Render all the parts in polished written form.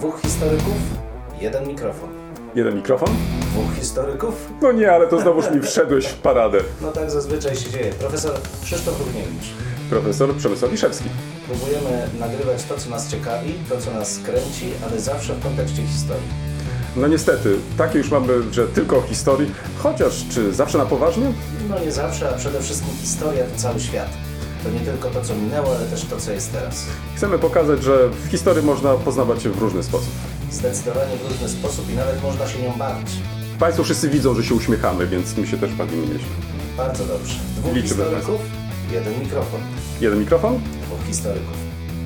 Dwóch historyków, jeden mikrofon. Jeden mikrofon? Dwóch historyków? No nie, ale to znowuż mi wszedłeś w paradę. No tak zazwyczaj się dzieje. Profesor Krzysztof Równiewicz. Profesor Przemysław Wiszewski. Próbujemy nagrywać to, co nas ciekawi, to, co nas kręci, ale zawsze w kontekście historii. No niestety, takie już mamy, że tylko o historii, chociaż czy zawsze na poważnie? No nie zawsze, a przede wszystkim historia to cały świat. To nie tylko to, co minęło, ale też to, co jest teraz. Chcemy pokazać, że w historii można poznawać się w różny sposób. Zdecydowanie w różny sposób i nawet można się nią bawić. Państwo wszyscy widzą, że się uśmiechamy, więc my się też bawimy nieźle. Bardzo dobrze. Dwóch Liczymy historyków, jeden mikrofon. Jeden mikrofon? Dwóch historyków.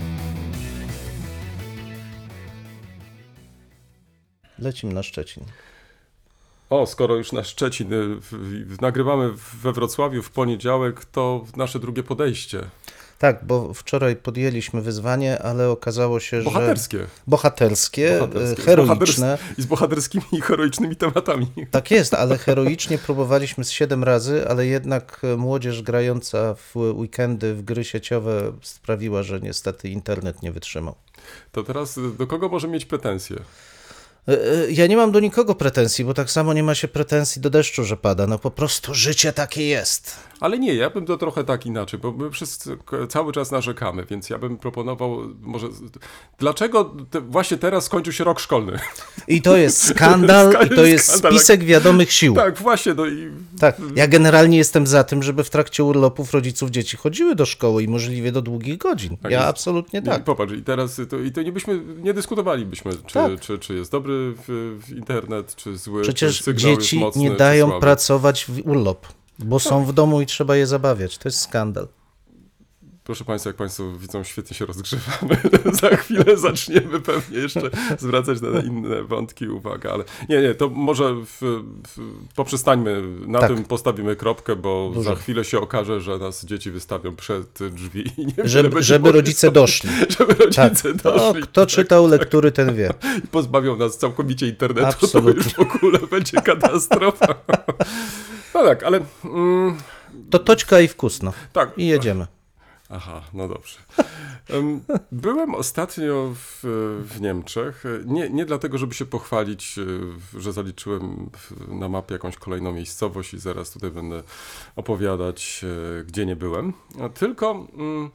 Lecimy na Szczecin. O, skoro już na Szczecin nagrywamy we Wrocławiu w poniedziałek, to nasze drugie podejście. Tak, bo wczoraj podjęliśmy wyzwanie, ale okazało się, Bohaterskie. że... Bohaterskie, heroiczne. I z bohaterskimi i heroicznymi tematami. Tak jest, ale heroicznie próbowaliśmy z 7 razy, ale jednak młodzież grająca w weekendy w gry sieciowe sprawiła, że niestety internet nie wytrzymał. To teraz do kogo może mieć pretensje? Ja nie mam do nikogo pretensji, bo tak samo nie ma się pretensji do deszczu, że pada. No po prostu życie takie jest. Ale nie, ja bym to trochę tak inaczej, bo my cały czas narzekamy, więc ja bym proponował może... Dlaczego właśnie teraz skończył się rok szkolny? I to jest skandal, i to jest spisek wiadomych sił. Tak, właśnie. No i... Tak, ja generalnie jestem za tym, żeby w trakcie urlopów rodziców dzieci chodziły do szkoły i możliwie do długich godzin. Tak ja jest. absolutnie tak. Popatrz, i teraz to nie dyskutowalibyśmy, Tak. czy jest dobry internet, czy zły. Przecież czy sygnał jest dzieci mocny, nie czy dają słaby. pracować w urlop, bo są w domu i trzeba je zabawiać. To jest skandal. Proszę Państwa, jak Państwo widzą, świetnie się rozgrzewamy. Za chwilę zaczniemy pewnie jeszcze zwracać na inne wątki uwagę, ale nie, to może poprzestańmy, na Tak. tym postawimy kropkę, bo Dużo. za chwilę się okaże, że nas dzieci wystawią przed drzwi i nie Żeby rodzice doszli. Żeby rodzice Tak. doszli. Kto czytał lektury, ten wie. I pozbawią nas całkowicie internetu, Absolutnie. to już w ogóle będzie katastrofa. No tak, ale... To toćka i wkusno. tak. I jedziemy. Aha, no dobrze. Byłem ostatnio w Niemczech, nie dlatego, żeby się pochwalić, że zaliczyłem na mapie jakąś kolejną miejscowość i zaraz tutaj będę opowiadać, gdzie nie byłem, tylko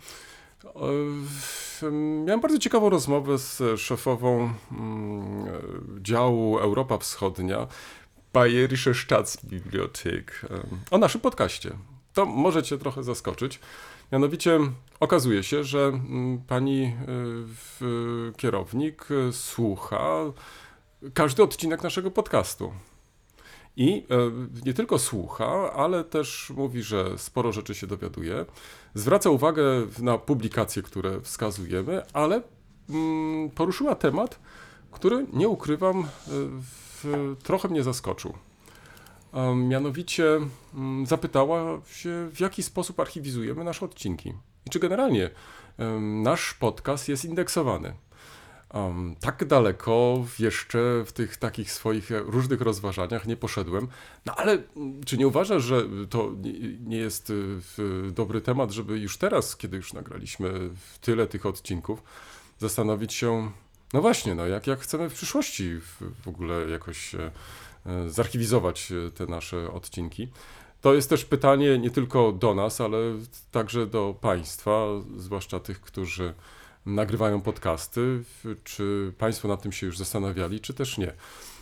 miałem bardzo ciekawą rozmowę z szefową działu Europa Wschodnia Bayerische Staatsbibliothek o naszym podcaście. To może cię trochę zaskoczyć. Mianowicie okazuje się, że pani kierownik słucha każdy odcinek naszego podcastu. I nie tylko słucha, ale też mówi, że sporo rzeczy się dowiaduje. Zwraca uwagę na publikacje, które wskazujemy, ale poruszyła temat, który, nie ukrywam, trochę mnie zaskoczył. Mianowicie zapytała się, w jaki sposób archiwizujemy nasze odcinki i czy generalnie nasz podcast jest indeksowany. Tak daleko jeszcze w tych takich swoich różnych rozważaniach nie poszedłem, no ale czy nie uważasz, że to nie jest dobry temat, żeby już teraz, kiedy już nagraliśmy tyle tych odcinków, zastanowić się, no właśnie, jak chcemy w przyszłości w ogóle jakoś zarchiwizować te nasze odcinki. To jest też pytanie nie tylko do nas, ale także do Państwa, zwłaszcza tych, którzy nagrywają podcasty. Czy Państwo nad tym się już zastanawiali, czy też nie?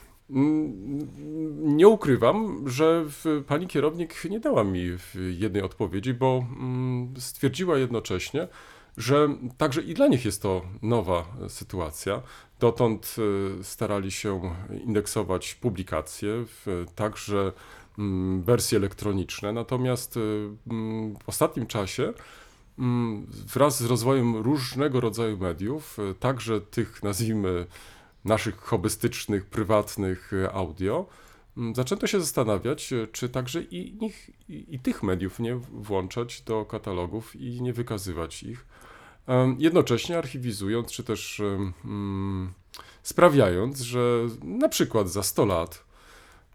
Nie ukrywam, że pani kierownik nie dała mi jednej odpowiedzi, bo stwierdziła jednocześnie, że także i dla nich jest to nowa sytuacja. Dotąd starali się indeksować publikacje, także wersje elektroniczne, natomiast w ostatnim czasie wraz z rozwojem różnego rodzaju mediów, także tych, nazwijmy, naszych hobbystycznych, prywatnych audio, zaczęto się zastanawiać, czy także i tych mediów nie włączać do katalogów i nie wykazywać ich, jednocześnie archiwizując, czy też sprawiając, że na przykład za 100 lat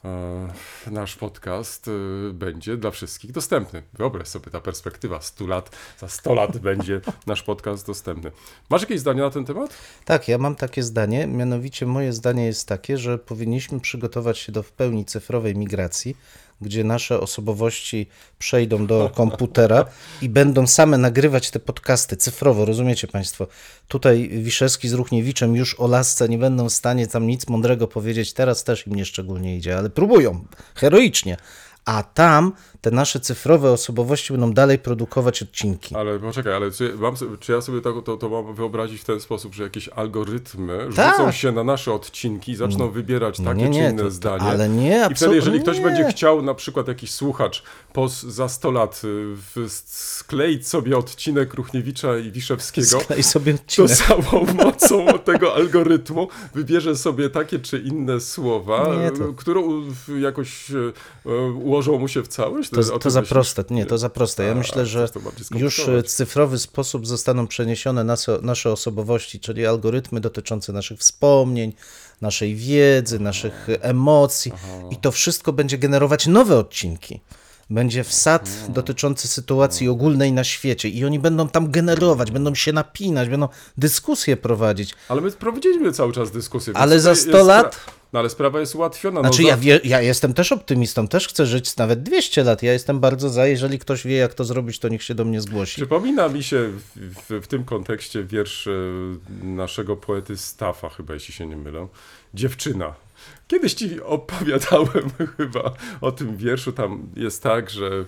nasz podcast będzie dla wszystkich dostępny. Wyobraź sobie ta perspektywa, 100 lat, za 100 lat będzie nasz podcast dostępny. Masz jakieś zdanie na ten temat? Tak, ja mam takie zdanie, mianowicie moje zdanie jest takie, że powinniśmy przygotować się do w pełni cyfrowej migracji, gdzie nasze osobowości przejdą do komputera i będą same nagrywać te podcasty cyfrowo, rozumiecie Państwo? Tutaj Wiszewski z Ruchniewiczem już o lasce nie będą w stanie tam nic mądrego powiedzieć, teraz też im nie szczególnie idzie, ale próbują, heroicznie. A tam te nasze cyfrowe osobowości będą dalej produkować odcinki. Ale poczekaj, ale czy ja sobie to mam wyobrazić w ten sposób, że jakieś algorytmy Tak. rzucą się na nasze odcinki i zaczną wybierać takie czy inne zdanie. Ale nie, I wtedy, jeżeli ktoś nie. będzie chciał, na przykład jakiś słuchacz za 100 lat skleić sobie odcinek Ruchniewicza i Wiszewskiego, Sklej sobie to odcinek. samą mocą tego algorytmu wybierze sobie takie czy inne słowa, Nie, to- które jakoś ułożą mu się w całość. O To tym za myślisz? proste, nie, to za proste. Ja myślę, że to bardziej już skomplikować. w cyfrowy sposób zostaną przeniesione nasze osobowości, czyli algorytmy dotyczące naszych wspomnień, naszej wiedzy, naszych emocji i to wszystko będzie generować nowe odcinki. Będzie wsad dotyczący sytuacji ogólnej na świecie i oni będą tam generować, będą się napinać, będą dyskusje prowadzić. Ale my prowadziliśmy cały czas dyskusję. więc Ale za tutaj 100 jest lat? No ale sprawa jest ułatwiona. Znaczy no, ja jestem też optymistą, też chcę żyć nawet 200 lat. Ja jestem bardzo za, jeżeli ktoś wie jak to zrobić, to niech się do mnie zgłosi. Przypomina mi się w tym kontekście wiersz naszego poety Staffa, chyba jeśli się nie mylę. Dziewczyna. Kiedyś ci opowiadałem chyba o tym wierszu. Tam jest tak, że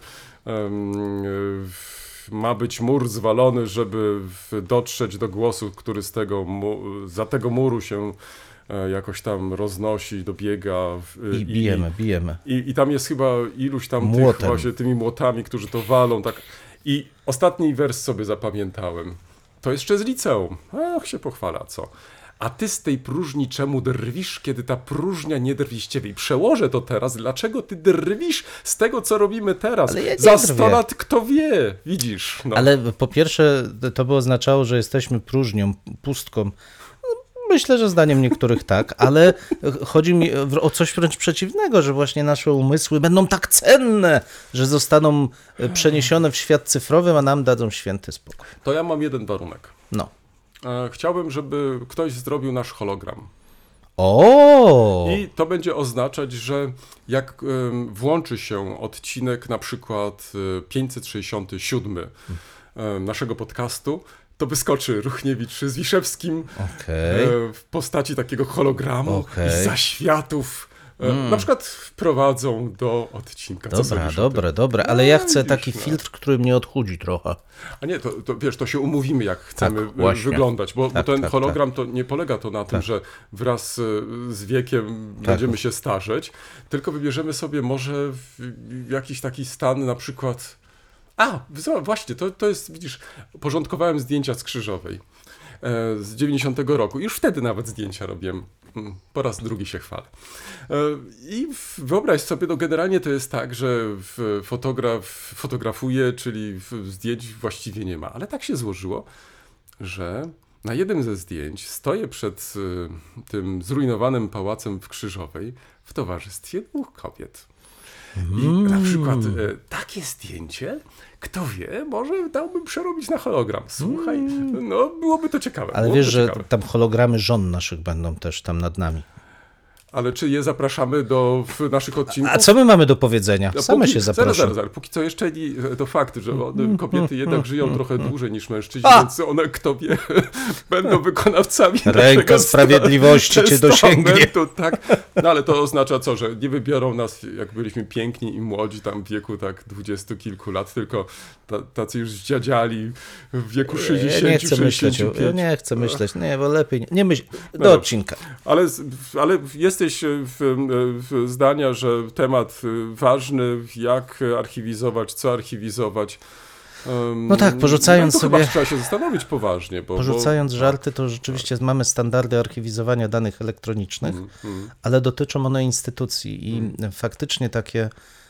ma być mur zwalony, żeby dotrzeć do głosu, który za tego muru się jakoś tam roznosi, dobiega. I bijemy. I tam jest chyba iluś tam Młotem. tych właśnie tymi młotami, którzy to walą. Tak. I ostatni wers sobie zapamiętałem. To jeszcze z liceum. Ach, się pochwala, co? A ty z tej próżni czemu drwisz, kiedy ta próżnia nie drwi z ciebie? I przełożę to teraz. Dlaczego ty drwisz z tego, co robimy teraz? Ale ja nie Za drwię. 100 lat kto wie? Widzisz? No. Ale po pierwsze to by oznaczało, że jesteśmy próżnią, pustką. No, myślę, że zdaniem niektórych tak, ale chodzi mi o coś wręcz przeciwnego, że właśnie nasze umysły będą tak cenne, że zostaną przeniesione w świat cyfrowy, a nam dadzą święty spokój. To ja mam jeden warunek. No. Chciałbym, żeby ktoś zrobił nasz hologram. O! I to będzie oznaczać, że jak włączy się odcinek na przykład 567 naszego podcastu, to wyskoczy Ruchniewicz z Wiszewskim Okej. w postaci takiego hologramu Okej. i zaświatów na przykład wprowadzą do odcinka. Co Dobra, sądzisz o tym? dobre, ale ja chcę widzisz, taki no. filtr, który mnie odchudzi trochę. A nie, to wiesz, to się umówimy, jak chcemy właśnie. wyglądać, bo Tak, ten tak, hologram to nie polega to na tym, że wraz z wiekiem będziemy się starzeć, tylko wybierzemy sobie może jakiś taki stan na przykład... Właśnie, to jest, widzisz, porządkowałem zdjęcia z Krzyżowej z 90 roku. Już wtedy nawet zdjęcia robiłem. Po raz drugi się chwalę. I wyobraź sobie, no generalnie to jest tak, że fotograf fotografuje, czyli zdjęć właściwie nie ma. Ale tak się złożyło, że na jednym ze zdjęć stoję przed tym zrujnowanym pałacem w Krzyżowej w towarzystwie 2 kobiet. I na przykład takie zdjęcie, kto wie, może dałbym przerobić na hologram. Słuchaj, no byłoby to ciekawe. Ale byłoby wiesz, to że ciekawe. tam hologramy żon naszych będą też tam nad nami. Ale czy je zapraszamy do naszych odcinków? A co my mamy do powiedzenia? No Same póki- się zapraszamy. Zaraz. Póki co jeszcze to fakt, że kobiety jednak żyją trochę dłużej niż mężczyźni, A! więc one, kto wie, będą wykonawcami Ręka naszego sprawiedliwości cię dosięgnie. testamentu, tak. No ale to oznacza co, że nie wybiorą nas, jak byliśmy piękni i młodzi, tam w wieku tak 20 kilku lat, tylko tacy już zdziadziali w wieku 60, Ja nie chcę myśleć, 65. ja nie chcę myśleć, nie, bo lepiej nie myśl. Do dobrze. odcinka. Ale jesteś zdania, że temat ważny, jak archiwizować, co archiwizować. No tak, porzucając to sobie- chyba trzeba się zastanowić poważnie. Porzucając żarty, to rzeczywiście mamy standardy archiwizowania danych elektronicznych, ale dotyczą one instytucji i faktycznie takie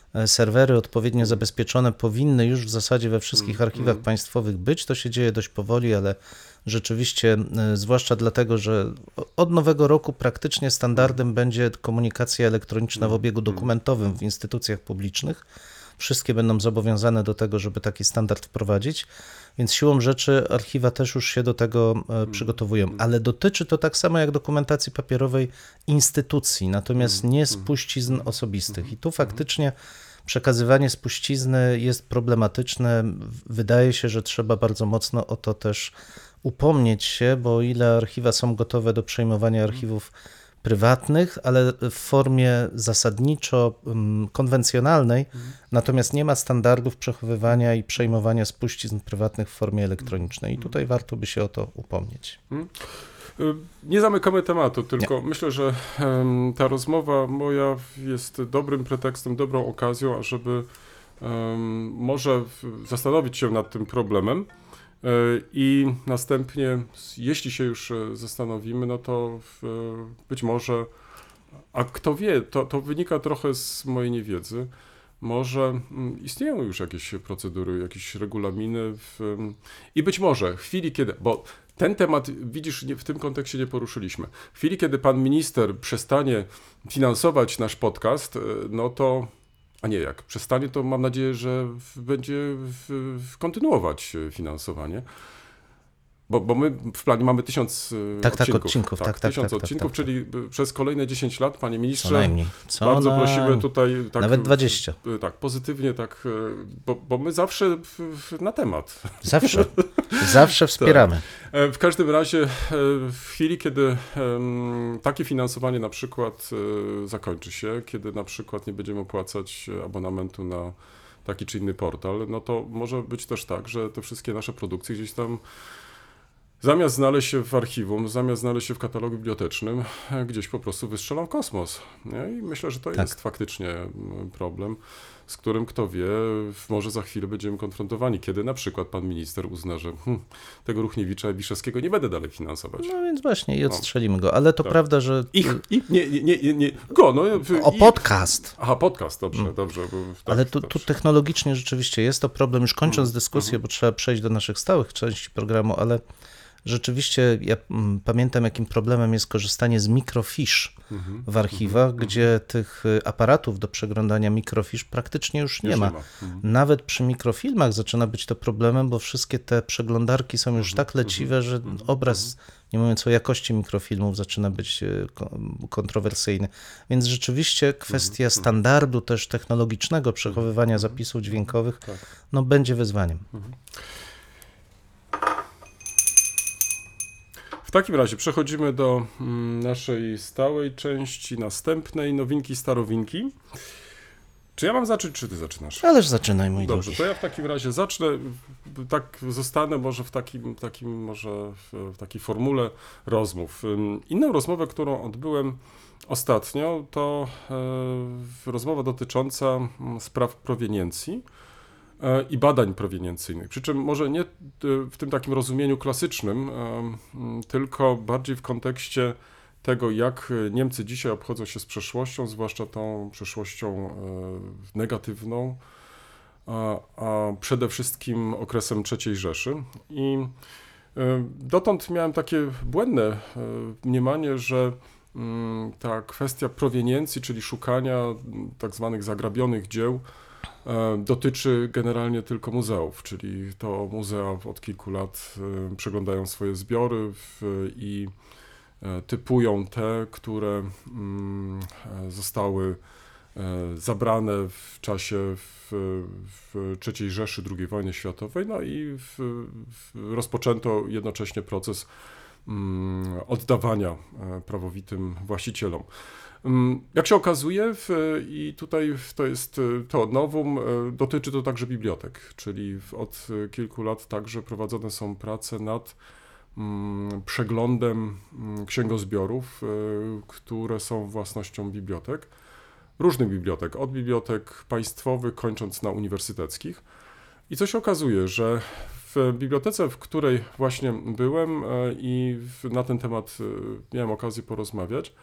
serwery odpowiednio zabezpieczone powinny już w zasadzie we wszystkich archiwach państwowych być. To się dzieje dość powoli, ale rzeczywiście, zwłaszcza dlatego, że od nowego roku praktycznie standardem będzie komunikacja elektroniczna w obiegu dokumentowym w instytucjach publicznych. Wszystkie będą zobowiązane do tego, żeby taki standard wprowadzić, więc siłą rzeczy archiwa też już się do tego przygotowują, ale dotyczy to tak samo jak dokumentacji papierowej instytucji, natomiast nie spuścizn osobistych. I tu faktycznie przekazywanie spuścizny jest problematyczne. Wydaje się, że trzeba bardzo mocno o to też upomnieć się, bo o ile archiwa są gotowe do przejmowania archiwów prywatnych, ale w formie zasadniczo konwencjonalnej, natomiast nie ma standardów przechowywania i przejmowania spuścizn prywatnych w formie elektronicznej. I tutaj warto by się o to upomnieć. Nie zamykamy tematu, tylko myślę, że ta rozmowa moja jest dobrym pretekstem, dobrą okazją, ażeby może zastanowić się nad tym problemem. I następnie, jeśli się już zastanowimy, no to być może, a kto wie, to wynika trochę z mojej niewiedzy, może istnieją już jakieś procedury, jakieś regulaminy i być może w chwili, kiedy, bo ten temat, widzisz, w tym kontekście nie poruszyliśmy. W chwili, kiedy pan minister przestanie finansować nasz podcast, no to a nie, jak przestanie, to mam nadzieję, że będzie kontynuować finansowanie. Bo my w planie mamy 1000 odcinków. Tak, 1000 odcinków, czyli przez kolejne 10 lat, panie ministrze, co najmniej. bardzo prosimy tutaj... Tak, nawet 20. Tak, pozytywnie, tak, bo my zawsze na temat. Zawsze wspieramy. W każdym razie w chwili, kiedy takie finansowanie na przykład zakończy się, kiedy na przykład nie będziemy opłacać abonamentu na taki czy inny portal, no to może być też tak, że te wszystkie nasze produkcje gdzieś tam zamiast znaleźć się w archiwum, zamiast znaleźć się w katalogu bibliotecznym, gdzieś po prostu wystrzelą w kosmos. Nie? I myślę, że to jest faktycznie problem, z którym kto wie, może za chwilę będziemy konfrontowani, kiedy na przykład pan minister uzna, że tego Ruchniewicza i Wiszewskiego nie będę dalej finansować. No więc właśnie i odstrzelimy go, ale to prawda, że... Podcast. Aha, podcast, dobrze. Ale tu technologicznie rzeczywiście jest to problem, już kończąc dyskusję, bo trzeba przejść do naszych stałych części programu, ale rzeczywiście ja pamiętam, jakim problemem jest korzystanie z microfiche w archiwach, gdzie tych aparatów do przeglądania microfiche praktycznie już nie ma. Nawet przy mikrofilmach zaczyna być to problemem, bo wszystkie te przeglądarki są już tak leciwe, że obraz, nie mówiąc o jakości mikrofilmów, zaczyna być kontrowersyjny. Więc rzeczywiście kwestia standardu też technologicznego przechowywania zapisów dźwiękowych no, będzie wyzwaniem. W takim razie przechodzimy do naszej stałej części, następnej, nowinki, starowinki. Czy ja mam zacząć, czy ty zaczynasz? Ależ zaczynaj, mój Dobrze, drogi. to ja w takim razie zacznę, tak zostanę może w takiej formule rozmów. Inną rozmowę, którą odbyłem ostatnio, to rozmowa dotycząca spraw proweniencji i badań proweniencyjnych. Przy czym może nie w tym takim rozumieniu klasycznym, tylko bardziej w kontekście tego, jak Niemcy dzisiaj obchodzą się z przeszłością, zwłaszcza tą przeszłością negatywną, a przede wszystkim okresem III Rzeszy. I dotąd miałem takie błędne mniemanie, że ta kwestia proweniencji, czyli szukania tak zwanych zagrabionych dzieł, dotyczy generalnie tylko muzeów, czyli to muzea od kilku lat przeglądają swoje zbiory i typują te, które zostały zabrane w czasie III Rzeszy, II wojny światowej, no i rozpoczęto jednocześnie proces oddawania prawowitym właścicielom. Jak się okazuje, i tutaj to jest to novum, dotyczy to także bibliotek, czyli od kilku lat także prowadzone są prace nad przeglądem księgozbiorów, które są własnością bibliotek, różnych bibliotek, od bibliotek państwowych, kończąc na uniwersyteckich. I co się okazuje, że w bibliotece, w której właśnie byłem i na ten temat miałem okazję porozmawiać,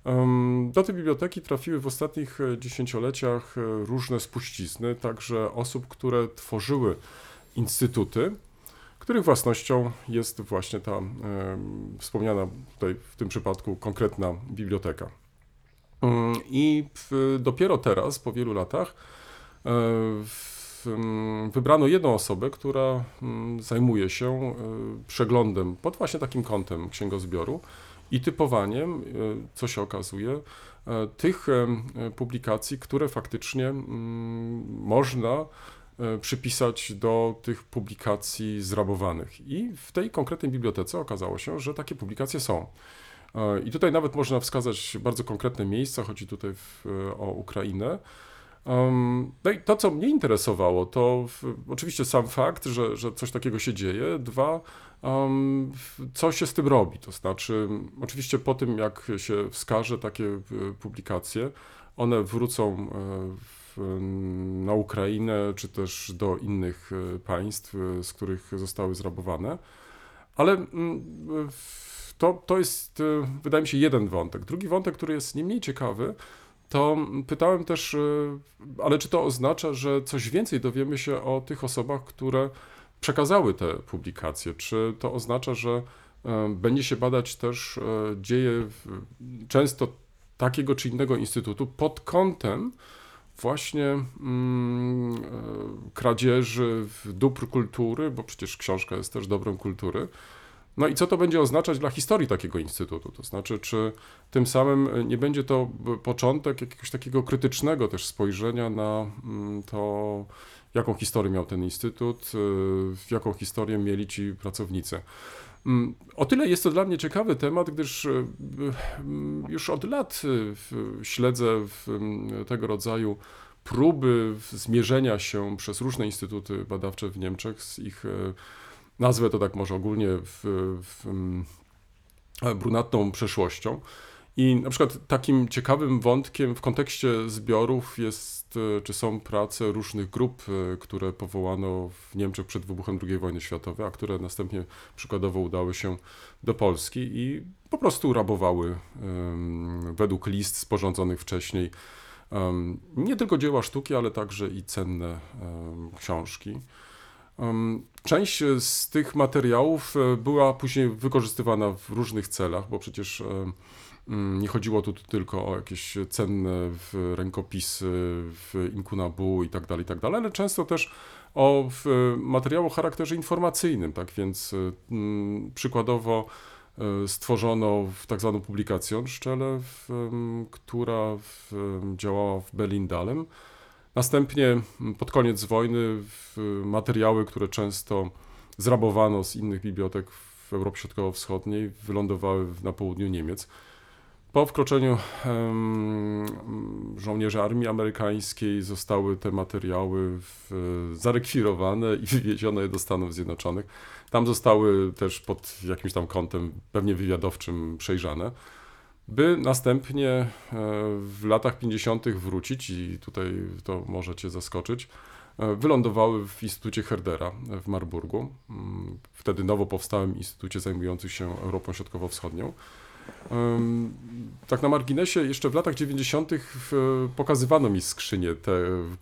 Do tej biblioteki trafiły w ostatnich dziesięcioleciach różne spuścizny, także osób, które tworzyły instytuty, których własnością jest właśnie ta wspomniana tutaj w tym przypadku konkretna biblioteka. I dopiero teraz, po wielu latach, wybrano jedną osobę, która zajmuje się przeglądem pod właśnie takim kątem księgozbioru i typowaniem, co się okazuje, tych publikacji, które faktycznie można przypisać do tych publikacji zrabowanych. I w tej konkretnej bibliotece okazało się, że takie publikacje są. I tutaj nawet można wskazać bardzo konkretne miejsca, chodzi tutaj o Ukrainę. No i to, co mnie interesowało, to oczywiście sam fakt, że coś takiego się dzieje. Dwa, co się z tym robi. To znaczy, oczywiście po tym, jak się wskaże takie publikacje, one wrócą na Ukrainę, czy też do innych państw, z których zostały zrabowane. Ale to jest, wydaje mi się, jeden wątek. Drugi wątek, który jest nie mniej ciekawy, to pytałem też, ale czy to oznacza, że coś więcej dowiemy się o tych osobach, które przekazały te publikacje? Czy to oznacza, że będzie się badać też dzieje często takiego czy innego instytutu pod kątem właśnie kradzieży dóbr kultury, bo przecież książka jest też dobrem kultury. No i co to będzie oznaczać dla historii takiego instytutu? To znaczy, czy tym samym nie będzie to początek jakiegoś takiego krytycznego też spojrzenia na to, jaką historię miał ten instytut, jaką historię mieli ci pracownicy. O tyle jest to dla mnie ciekawy temat, gdyż już od lat śledzę tego rodzaju próby zmierzenia się przez różne instytuty badawcze w Niemczech z ich, nazwę to tak może ogólnie, brunatną przeszłością. I na przykład takim ciekawym wątkiem w kontekście zbiorów jest, czy są prace różnych grup, które powołano w Niemczech przed wybuchem II wojny światowej, a które następnie przykładowo udały się do Polski i po prostu rabowały według list sporządzonych wcześniej nie tylko dzieła sztuki, ale także i cenne książki. Część z tych materiałów była później wykorzystywana w różnych celach, bo przecież nie chodziło tu tylko o jakieś cenne rękopisy w Inkunabu i tak dalej, ale często też o materiały o charakterze informacyjnym, tak więc przykładowo stworzono tak zwaną publikację Stelle, która działała w Berlin-Dahlem. Następnie pod koniec wojny materiały, które często zrabowano z innych bibliotek w Europie Środkowo-Wschodniej, wylądowały na południu Niemiec. Po wkroczeniu żołnierzy armii amerykańskiej zostały te materiały zarekwirowane i wywiezione do Stanów Zjednoczonych. Tam zostały też pod jakimś tam kątem pewnie wywiadowczym przejrzane, by następnie w latach 50. wrócić, i tutaj to może Cię zaskoczyć, wylądowały w Instytucie Herdera w Marburgu, wtedy nowo powstałym instytucie zajmującym się Europą Środkowo-Wschodnią. Tak na marginesie, jeszcze w latach 90. pokazywano mi skrzynie, te,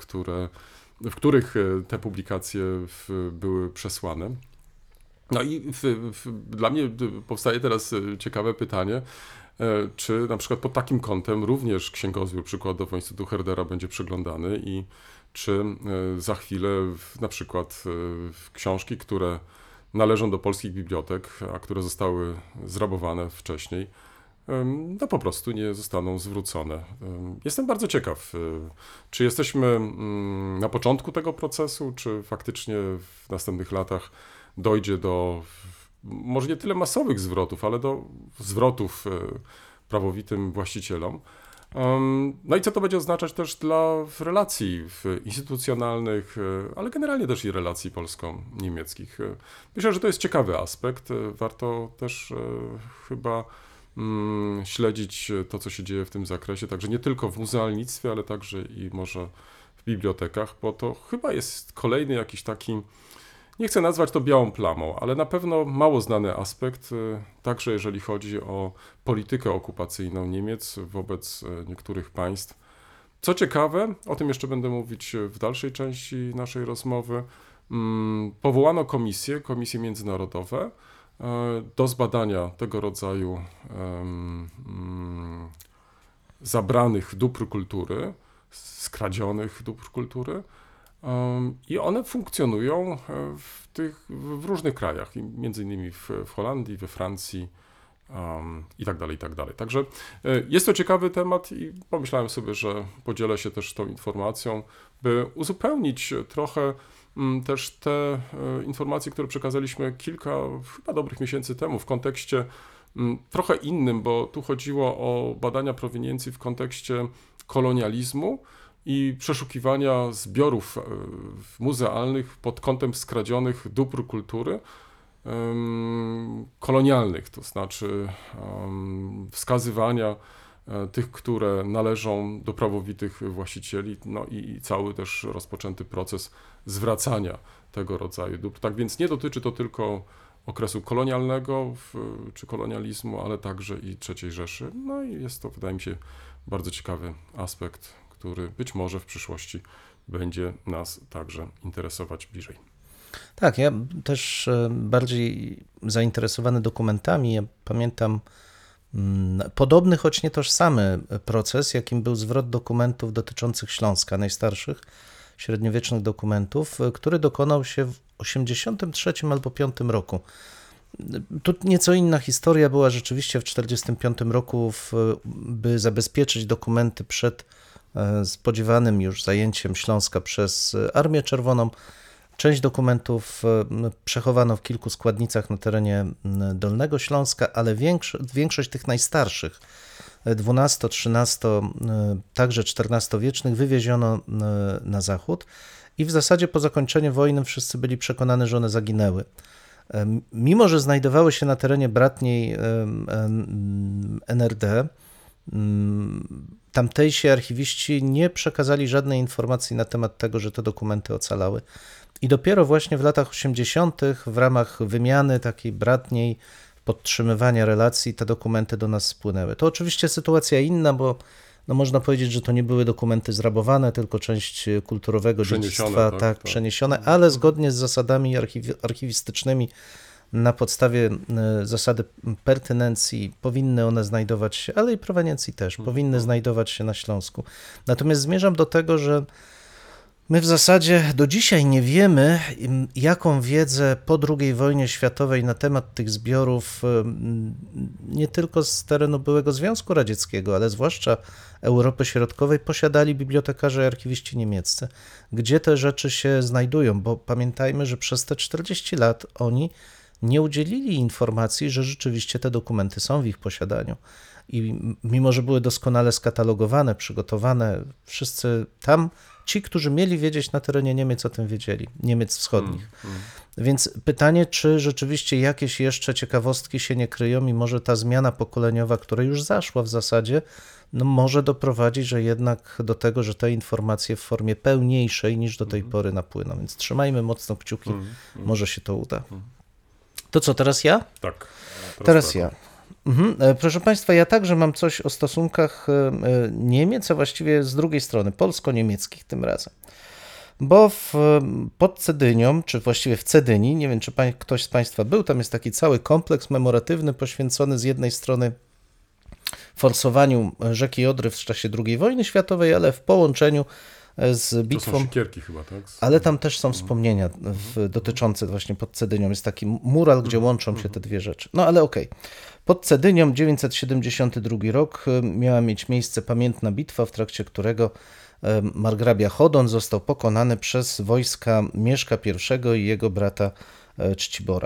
w których te publikacje były przesłane. No i dla mnie powstaje teraz ciekawe pytanie, czy na przykład pod takim kątem również księgozbiór przykładowo Instytutu Herdera będzie przeglądany i czy za chwilę na przykład książki, które należą do polskich bibliotek, a które zostały zrabowane wcześniej, no po prostu nie zostaną zwrócone. Jestem bardzo ciekaw, czy jesteśmy na początku tego procesu, czy faktycznie w następnych latach dojdzie do może nie tyle masowych zwrotów, ale do zwrotów prawowitym właścicielom. No i co to będzie oznaczać też dla relacji instytucjonalnych, ale generalnie też i relacji polsko-niemieckich. Myślę, że to jest ciekawy aspekt. Warto też chyba śledzić to, co się dzieje w tym zakresie, także nie tylko w muzealnictwie, ale także i może w bibliotekach, bo to chyba jest kolejny jakiś taki, nie chcę nazwać to białą plamą, ale na pewno mało znany aspekt, także jeżeli chodzi o politykę okupacyjną Niemiec wobec niektórych państw. Co ciekawe, o tym jeszcze będę mówić w dalszej części naszej rozmowy, powołano komisje międzynarodowe do zbadania tego rodzaju zabranych dóbr kultury, skradzionych dóbr kultury. I one funkcjonują w różnych krajach, między innymi w Holandii, we Francji i tak dalej, i tak dalej. Także jest to ciekawy temat i pomyślałem sobie, że podzielę się też tą informacją, by uzupełnić trochę też te informacje, które przekazaliśmy kilka chyba dobrych miesięcy temu w kontekście trochę innym, bo tu chodziło o badania proweniencji w kontekście kolonializmu i przeszukiwania zbiorów muzealnych pod kątem skradzionych dóbr kultury kolonialnych, to znaczy wskazywania tych, które należą do prawowitych właścicieli, no i cały też rozpoczęty proces zwracania tego rodzaju dóbr. Tak więc nie dotyczy to tylko okresu kolonialnego czy kolonializmu, ale także i III Rzeszy. No i jest to, wydaje mi się, bardzo ciekawy aspekt, który być może w przyszłości będzie nas także interesować bliżej. Tak, ja też bardziej zainteresowany dokumentami. Ja pamiętam podobny, choć nie tożsamy proces, jakim był zwrot dokumentów dotyczących Śląska, najstarszych średniowiecznych dokumentów, który dokonał się w 1983 albo 1985 roku. Tu nieco inna historia była rzeczywiście w 1945 roku, by zabezpieczyć dokumenty przed spodziewanym już zajęciem Śląska przez Armię Czerwoną. Część dokumentów przechowano w kilku składnicach na terenie Dolnego Śląska, ale większość tych najstarszych, XII, XIII, także XIV-wiecznych, wywieziono na zachód i w zasadzie po zakończeniu wojny wszyscy byli przekonani, że one zaginęły. Mimo że znajdowały się na terenie bratniej NRD, tamtejsi archiwiści nie przekazali żadnej informacji na temat tego, że te dokumenty ocalały. I dopiero właśnie w latach 80. w ramach wymiany takiej bratniej, podtrzymywania relacji, te dokumenty do nas spłynęły. To oczywiście sytuacja inna, bo no można powiedzieć, że to nie były dokumenty zrabowane, tylko część kulturowego dziedzictwa przeniesione, ale zgodnie z zasadami archiwistycznymi na podstawie zasady pertynencji powinny one znajdować się, ale i proweniencji też, powinny znajdować się na Śląsku. Natomiast zmierzam do tego, że my w zasadzie do dzisiaj nie wiemy, jaką wiedzę po II wojnie światowej na temat tych zbiorów, nie tylko z terenu byłego Związku Radzieckiego, ale zwłaszcza Europy Środkowej, posiadali bibliotekarze i archiwiści niemieccy. Gdzie te rzeczy się znajdują? Bo pamiętajmy, że przez te 40 lat oni nie udzielili informacji, że rzeczywiście te dokumenty są w ich posiadaniu. I mimo, że były doskonale skatalogowane, przygotowane, wszyscy tam, ci, którzy mieli wiedzieć na terenie Niemiec, o tym wiedzieli, Niemiec wschodnich. Więc pytanie, czy rzeczywiście jakieś jeszcze ciekawostki się nie kryją i może ta zmiana pokoleniowa, która już zaszła w zasadzie, no może doprowadzić, że jednak do tego, że te informacje w formie pełniejszej niż do tej pory napłyną. Więc trzymajmy mocno kciuki, może się to uda. To co, teraz ja? Tak. Teraz ja. Proszę Państwa, ja także mam coś o stosunkach Niemiec, a właściwie z drugiej strony, polsko-niemieckich tym razem. Bo pod Cedynią, czy właściwie w Cedyni, nie wiem, czy ktoś z Państwa był, tam jest taki cały kompleks memoratywny poświęcony z jednej strony forsowaniu rzeki Odry w czasie II wojny światowej, ale w połączeniu z bitwą. To są siekierki chyba, tak? Ale tam też są wspomnienia dotyczące właśnie pod Cedynią. Jest taki mural, gdzie łączą się te dwie rzeczy. No ale okej. Pod Cedynią 972 rok miała mieć miejsce pamiętna bitwa, w trakcie którego margrabia Chodon został pokonany przez wojska Mieszka I i jego brata Czcibora.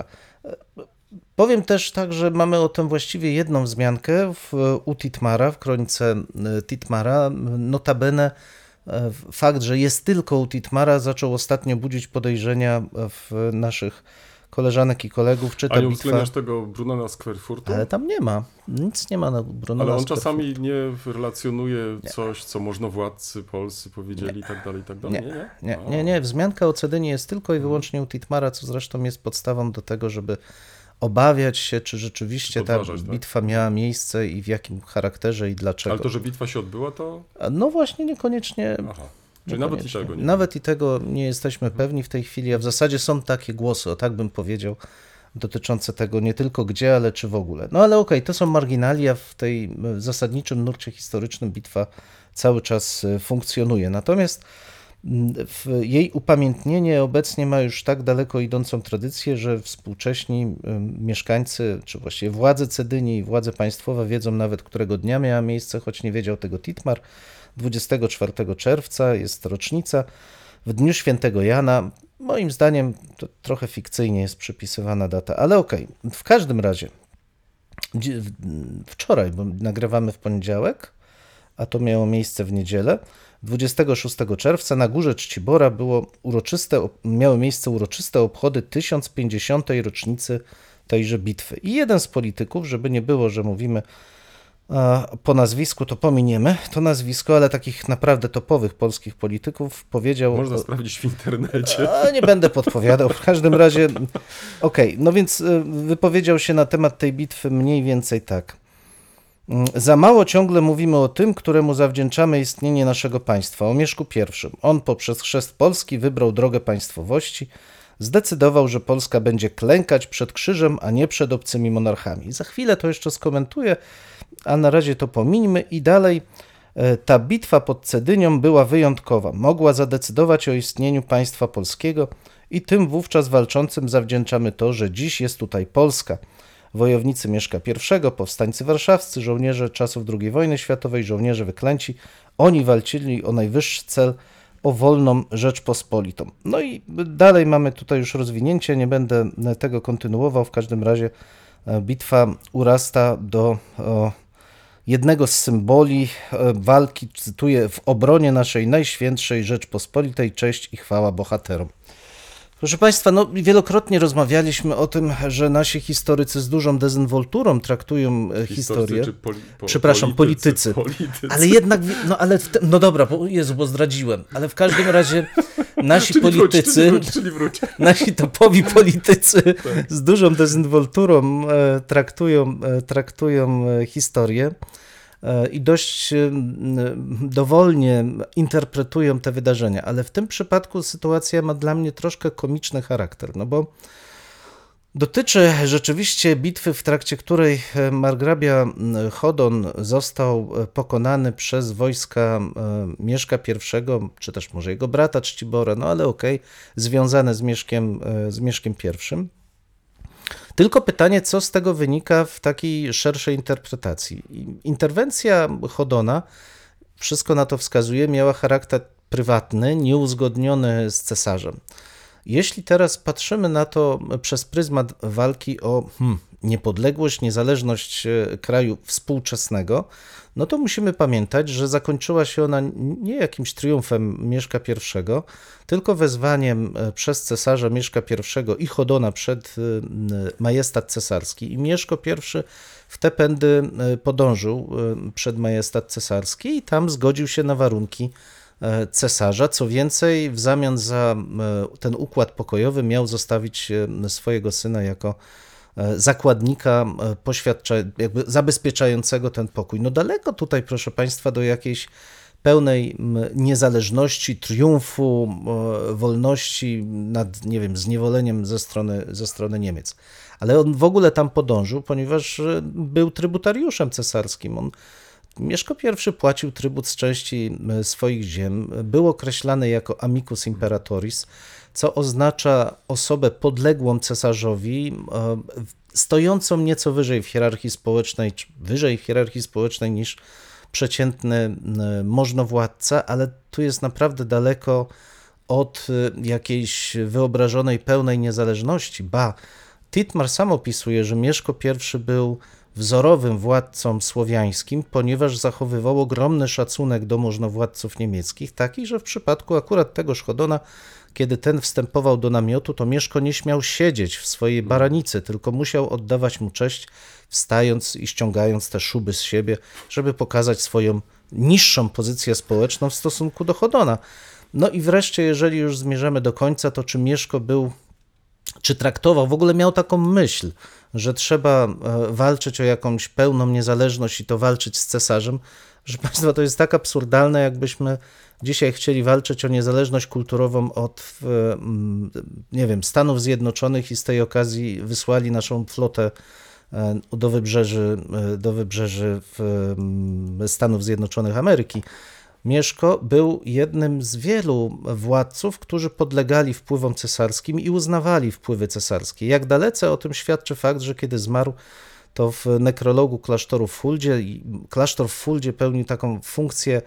Powiem też tak, że mamy o tym właściwie jedną wzmiankę u Titmara, w kronice Titmara. Notabene fakt, że jest tylko u Titmara, zaczął ostatnio budzić podejrzenia w naszych koleżanek i kolegów, czy ta A nie bitwa... uwzględniasz tego Brunona z Querfurtu? Ale tam nie ma, nic nie ma na Brunona Ale on z Querfurtu. czasami nie relacjonuje coś, co możnowładcy polscy powiedzieli i tak dalej, i tak dalej. Nie. Wzmianka o Cedynie jest tylko i wyłącznie u Titmara, co zresztą jest podstawą do tego, żeby obawiać się, czy rzeczywiście ta Podważać, tak? bitwa miała miejsce i w jakim charakterze i dlaczego. Ale to, że bitwa się odbyła, to... No właśnie niekoniecznie. Aha. Czyli nawet i Niekoniecznie. tego nie. Nawet i tego nie jesteśmy pewni w tej chwili, a w zasadzie są takie głosy, o tak bym powiedział, dotyczące tego nie tylko gdzie, ale czy w ogóle. No ale okej, to są marginalia, w tej zasadniczym nurcie historycznym bitwa cały czas funkcjonuje. Natomiast jej upamiętnienie obecnie ma już tak daleko idącą tradycję, że współcześni mieszkańcy, czy właściwie władze Cedynii i władze państwowe wiedzą nawet, którego dnia miała miejsce, choć nie wiedział tego Titmar. 24 czerwca jest rocznica. W dniu świętego Jana, moim zdaniem to trochę fikcyjnie jest przypisywana data, ale okej. W każdym razie wczoraj, bo nagrywamy w poniedziałek, a to miało miejsce w niedzielę, 26 czerwca na Górze Czcibora miały miejsce uroczyste obchody 1050. rocznicy tejże bitwy. I jeden z polityków, żeby nie było, że mówimy po nazwisku, to pominiemy to nazwisko, ale takich naprawdę topowych polskich polityków powiedział... Można sprawdzić w internecie. Nie będę podpowiadał, w każdym razie... Okej, no więc wypowiedział się na temat tej bitwy mniej więcej tak. Za mało ciągle mówimy o tym, któremu zawdzięczamy istnienie naszego państwa, o Mieszku I. On poprzez chrzest Polski wybrał drogę państwowości, zdecydował, że Polska będzie klękać przed krzyżem, a nie przed obcymi monarchami. Za chwilę to jeszcze skomentuję, a na razie to pomińmy i dalej. Ta bitwa pod Cedynią była wyjątkowa. Mogła zadecydować o istnieniu państwa polskiego i tym wówczas walczącym zawdzięczamy to, że dziś jest tutaj Polska. Wojownicy Mieszka I, powstańcy warszawscy, żołnierze czasów II wojny światowej, żołnierze wyklęci, oni walczyli o najwyższy cel, o wolną Rzeczpospolitą. No i dalej mamy tutaj już rozwinięcie, nie będę tego kontynuował, w każdym razie bitwa urasta do jednego z symboli walki, cytuję, w obronie naszej najświętszej Rzeczpospolitej, cześć i chwała bohaterom. Proszę Państwa, no wielokrotnie rozmawialiśmy o tym, że nasi historycy z dużą dezynwolturą traktują historię. Przepraszam, politycy. Ale jednak, no dobra, bo zdradziłem, ale w każdym razie nasi politycy, nasi topowi politycy z dużą dezynwolturą traktują historię i dość dowolnie interpretują te wydarzenia, ale w tym przypadku sytuacja ma dla mnie troszkę komiczny charakter, no bo dotyczy rzeczywiście bitwy, w trakcie której margrabia Chodon został pokonany przez wojska Mieszka I, czy też może jego brata Czcibora, no ale okej, związane z Mieszkiem I. Tylko pytanie, co z tego wynika w takiej szerszej interpretacji. Interwencja Chodona, wszystko na to wskazuje, miała charakter prywatny, nieuzgodniony z cesarzem. Jeśli teraz patrzymy na to przez pryzmat walki o niepodległość, niezależność kraju współczesnego, no to musimy pamiętać, że zakończyła się ona nie jakimś triumfem Mieszka I, tylko wezwaniem przez cesarza Mieszka I i Chodona przed majestat cesarski. I Mieszko I w te pędy podążył przed majestat cesarski i tam zgodził się na warunki cesarza. Co więcej, w zamian za ten układ pokojowy miał zostawić swojego syna jako zakładnika jakby zabezpieczającego ten pokój. No daleko tutaj, proszę Państwa, do jakiejś pełnej niezależności, triumfu, wolności nad, nie wiem, zniewoleniem ze strony Niemiec. Ale on w ogóle tam podążył, ponieważ był trybutariuszem cesarskim. Mieszko I płacił trybut z części swoich ziem, był określany jako amicus imperatoris, co oznacza osobę podległą cesarzowi, stojącą nieco wyżej w hierarchii społecznej, czy wyżej w hierarchii społecznej niż przeciętny możnowładca, ale tu jest naprawdę daleko od jakiejś wyobrażonej pełnej niezależności. Titmar sam opisuje, że Mieszko I był wzorowym władcą słowiańskim, ponieważ zachowywał ogromny szacunek do możnowładców niemieckich, taki, że w przypadku akurat tegoż Chodona, kiedy ten wstępował do namiotu, to Mieszko nie śmiał siedzieć w swojej baranicy, tylko musiał oddawać mu cześć, wstając i ściągając te szuby z siebie, żeby pokazać swoją niższą pozycję społeczną w stosunku do Chodona. No i wreszcie, jeżeli już zmierzamy do końca, to czy Mieszko był, czy traktował, w ogóle miał taką myśl, że trzeba walczyć o jakąś pełną niezależność i to walczyć z cesarzem, że Państwa, to jest tak absurdalne, jakbyśmy dzisiaj chcieli walczyć o niezależność kulturową od, nie wiem, Stanów Zjednoczonych i z tej okazji wysłali naszą flotę do wybrzeży Stanów Zjednoczonych Ameryki. Mieszko był jednym z wielu władców, którzy podlegali wpływom cesarskim i uznawali wpływy cesarskie. Jak dalece o tym świadczy fakt, że kiedy zmarł, to w nekrologu klasztoru w Fuldzie, klasztor w Fuldzie pełnił taką funkcję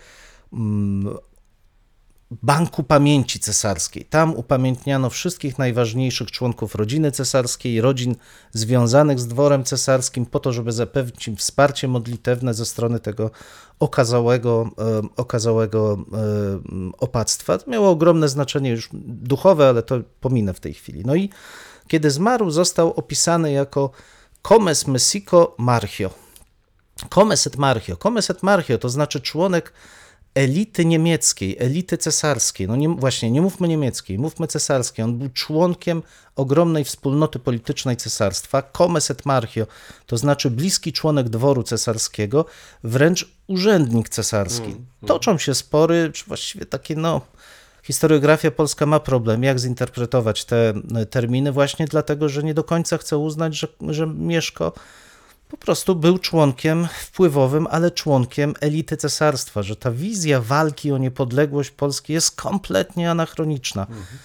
banku pamięci cesarskiej. Tam upamiętniano wszystkich najważniejszych członków rodziny cesarskiej, rodzin związanych z dworem cesarskim, po to, żeby zapewnić im wsparcie modlitewne ze strony tego okazałego opactwa. To miało ogromne znaczenie już duchowe, ale to pominę w tej chwili. No i kiedy zmarł, został opisany jako comes messico marchio. Comes et marchio to znaczy członek elity niemieckiej, elity cesarskiej. No nie, właśnie, nie mówmy niemieckiej, mówmy cesarskiej. On był członkiem ogromnej wspólnoty politycznej cesarstwa. Comes et marchio to znaczy bliski członek dworu cesarskiego, wręcz urzędnik cesarski. Toczą się spory, czy właściwie takie, historiografia polska ma problem, jak zinterpretować te terminy, właśnie dlatego, że nie do końca chce uznać, że Mieszko po prostu był członkiem wpływowym, ale członkiem elity cesarstwa, że ta wizja walki o niepodległość Polski jest kompletnie anachroniczna.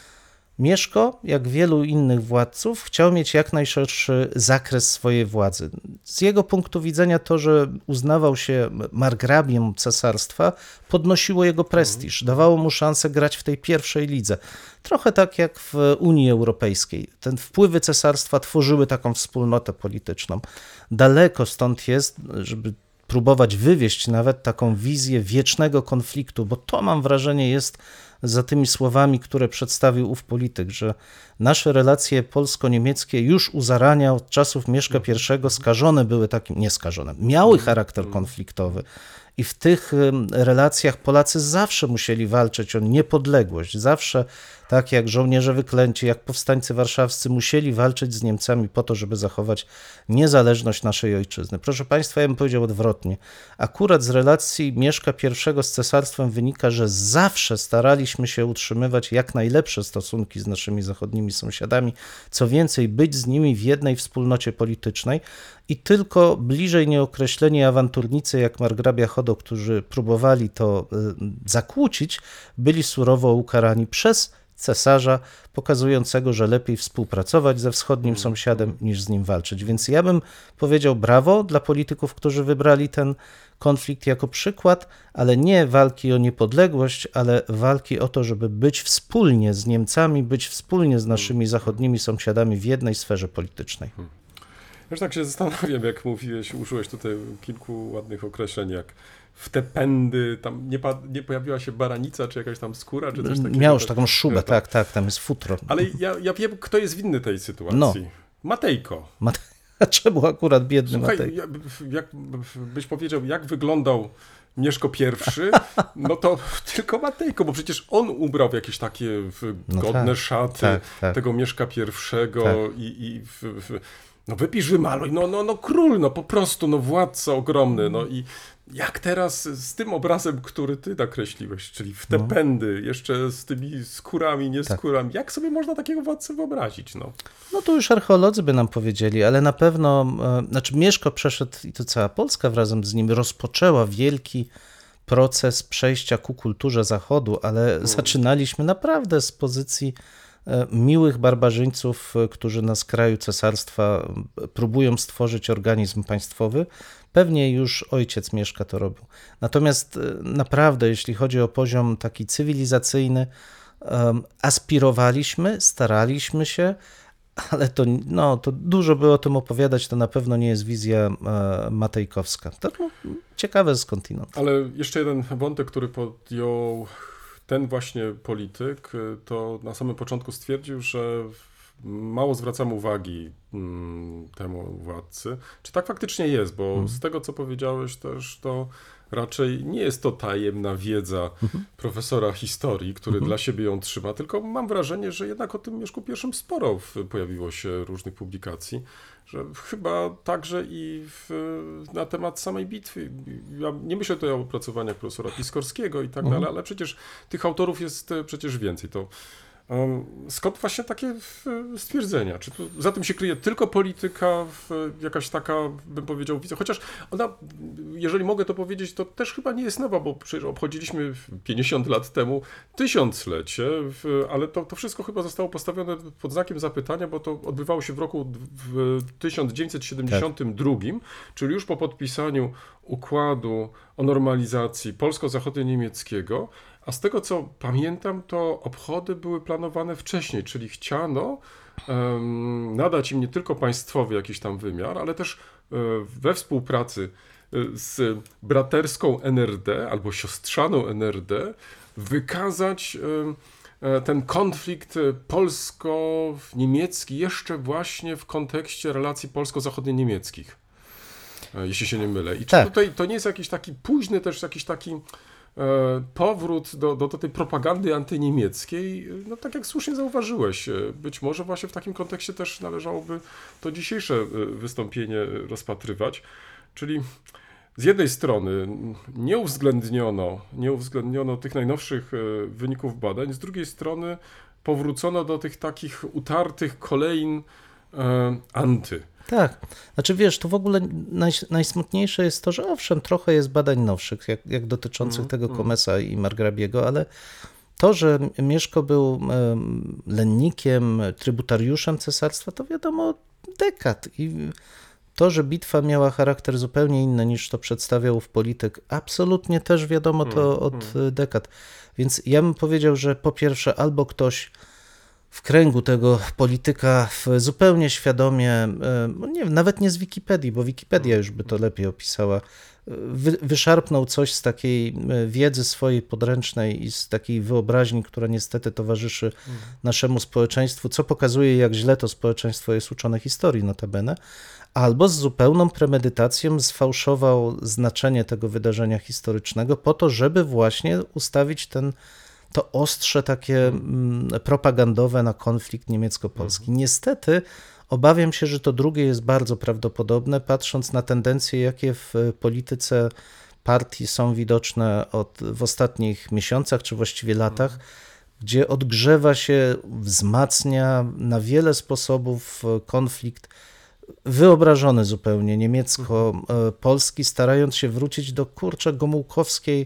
Mieszko, jak wielu innych władców, chciał mieć jak najszerszy zakres swojej władzy. Z jego punktu widzenia to, że uznawał się margrabiem cesarstwa, podnosiło jego prestiż, dawało mu szansę grać w tej pierwszej lidze. Trochę tak jak w Unii Europejskiej. Te wpływy cesarstwa tworzyły taką wspólnotę polityczną. Daleko stąd jest, żeby próbować wywieść nawet taką wizję wiecznego konfliktu, bo to, mam wrażenie, jest za tymi słowami, które przedstawił ów polityk, że nasze relacje polsko-niemieckie już u zarania od czasów Mieszka I skażone były takim, nie skażone, miały charakter konfliktowy. I w tych relacjach Polacy zawsze musieli walczyć o niepodległość. Zawsze, tak jak żołnierze wyklęci, jak powstańcy warszawscy, musieli walczyć z Niemcami po to, żeby zachować niezależność naszej ojczyzny. Proszę Państwa, ja bym powiedział odwrotnie. Akurat z relacji Mieszka I z cesarstwem wynika, że zawsze staraliśmy się utrzymywać jak najlepsze stosunki z naszymi zachodnimi sąsiadami. Co więcej, być z nimi w jednej wspólnocie politycznej. I tylko bliżej nieokreśleni awanturnicy jak margrabia Chodo, którzy próbowali to zakłócić, byli surowo ukarani przez cesarza, pokazującego, że lepiej współpracować ze wschodnim sąsiadem niż z nim walczyć. Więc ja bym powiedział brawo dla polityków, którzy wybrali ten konflikt jako przykład, ale nie walki o niepodległość, ale walki o to, żeby być wspólnie z Niemcami, być wspólnie z naszymi zachodnimi sąsiadami w jednej sferze politycznej. Już tak się zastanawiam, jak mówiłeś, użyłeś tutaj kilku ładnych określeń, jak w te pędy, tam nie pojawiła się baranica, czy jakaś tam skóra, czy coś takiego. Miał już taką szubę, tak, tam jest futro. Ale ja wiem, kto jest winny tej sytuacji. No. Matejko. A czemu akurat biedny Słuchaj, Matejko? jak byś powiedział, jak wyglądał Mieszko I, no to tylko Matejko, bo przecież on ubrał w jakieś takie godne szaty tego Mieszka I no wypisz, wymaluj, no król, no po prostu, no władca ogromny, no i jak teraz z tym obrazem, który ty nakreśliłeś, czyli w te pędy, jeszcze z tymi skórami, nieskórami, jak sobie można takiego władcę wyobrazić, no? No to już archeolodzy by nam powiedzieli, ale na pewno, Mieszko przeszedł i to cała Polska wrazem z nim rozpoczęła wielki proces przejścia ku kulturze Zachodu, ale zaczynaliśmy naprawdę z pozycji miłych barbarzyńców, którzy na skraju cesarstwa próbują stworzyć organizm państwowy. Pewnie już ojciec Mieszka to robił. Natomiast naprawdę, jeśli chodzi o poziom taki cywilizacyjny, aspirowaliśmy, staraliśmy się, ale to dużo by o tym opowiadać, to na pewno nie jest wizja matejkowska. To ciekawe skądinąd. Ale jeszcze jeden wątek, który podjął ten właśnie polityk, to na samym początku stwierdził, że mało zwracamy uwagi temu władcy. Czy tak faktycznie jest? Bo z tego, co powiedziałeś też, to raczej nie jest to tajemna wiedza profesora historii, który dla siebie ją trzyma, tylko mam wrażenie, że jednak o tym Mieszku I sporo pojawiło się różnych publikacji, że chyba także i na temat samej bitwy. Ja nie myślę tutaj o opracowaniach profesora Piskorskiego i tak dalej, ale przecież tych autorów jest przecież więcej. To skąd właśnie takie stwierdzenia? Czy tu za tym się kryje tylko polityka, jakaś taka, bym powiedział, wizja? Chociaż ona, jeżeli mogę to powiedzieć, to też chyba nie jest nowa, bo przecież obchodziliśmy 50 lat temu 1000-lecie, ale to wszystko chyba zostało postawione pod znakiem zapytania, bo to odbywało się w roku 1972, czyli już po podpisaniu układu o normalizacji polsko-zachodnio-niemieckiego. A z tego, co pamiętam, to obchody były planowane wcześniej, czyli chciano nadać im nie tylko państwowy jakiś tam wymiar, ale też we współpracy z braterską NRD albo siostrzaną NRD wykazać ten konflikt polsko-niemiecki jeszcze właśnie w kontekście relacji polsko-zachodnio-niemieckich, jeśli się nie mylę. I czy tutaj to nie jest jakiś taki późny też jakiś taki powrót do tej propagandy antyniemieckiej, no tak jak słusznie zauważyłeś, być może właśnie w takim kontekście też należałoby to dzisiejsze wystąpienie rozpatrywać, czyli z jednej strony nie uwzględniono tych najnowszych wyników badań, z drugiej strony powrócono do tych takich utartych kolejn anty. Tak, znaczy wiesz, to w ogóle najsmutniejsze jest to, że owszem, trochę jest badań nowszych, jak dotyczących tego Komesa i Margrabiego, ale to, że Mieszko był lennikiem, trybutariuszem cesarstwa, to wiadomo dekad. I to, że bitwa miała charakter zupełnie inny niż to przedstawiał w polityk, absolutnie też wiadomo to od dekad. Więc ja bym powiedział, że po pierwsze albo ktoś w kręgu tego polityka zupełnie świadomie, nie wiem, nawet nie z Wikipedii, bo Wikipedia już by to lepiej opisała, wyszarpnął coś z takiej wiedzy swojej podręcznej i z takiej wyobraźni, która niestety towarzyszy naszemu społeczeństwu, co pokazuje, jak źle to społeczeństwo jest uczone historii notabene, albo z zupełną premedytacją sfałszował znaczenie tego wydarzenia historycznego po to, żeby właśnie ustawić to ostrze takie propagandowe na konflikt niemiecko-polski. Niestety obawiam się, że to drugie jest bardzo prawdopodobne, patrząc na tendencje, jakie w polityce partii są widoczne w ostatnich miesiącach, czy właściwie latach, gdzie odgrzewa się, wzmacnia na wiele sposobów konflikt wyobrażony zupełnie niemiecko-polski, starając się wrócić do gomułkowskiej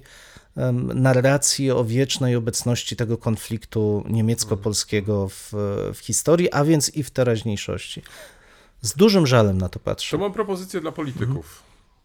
narracji o wiecznej obecności tego konfliktu niemiecko-polskiego w historii, a więc i w teraźniejszości. Z dużym żalem na to patrzę. To mam propozycję dla polityków.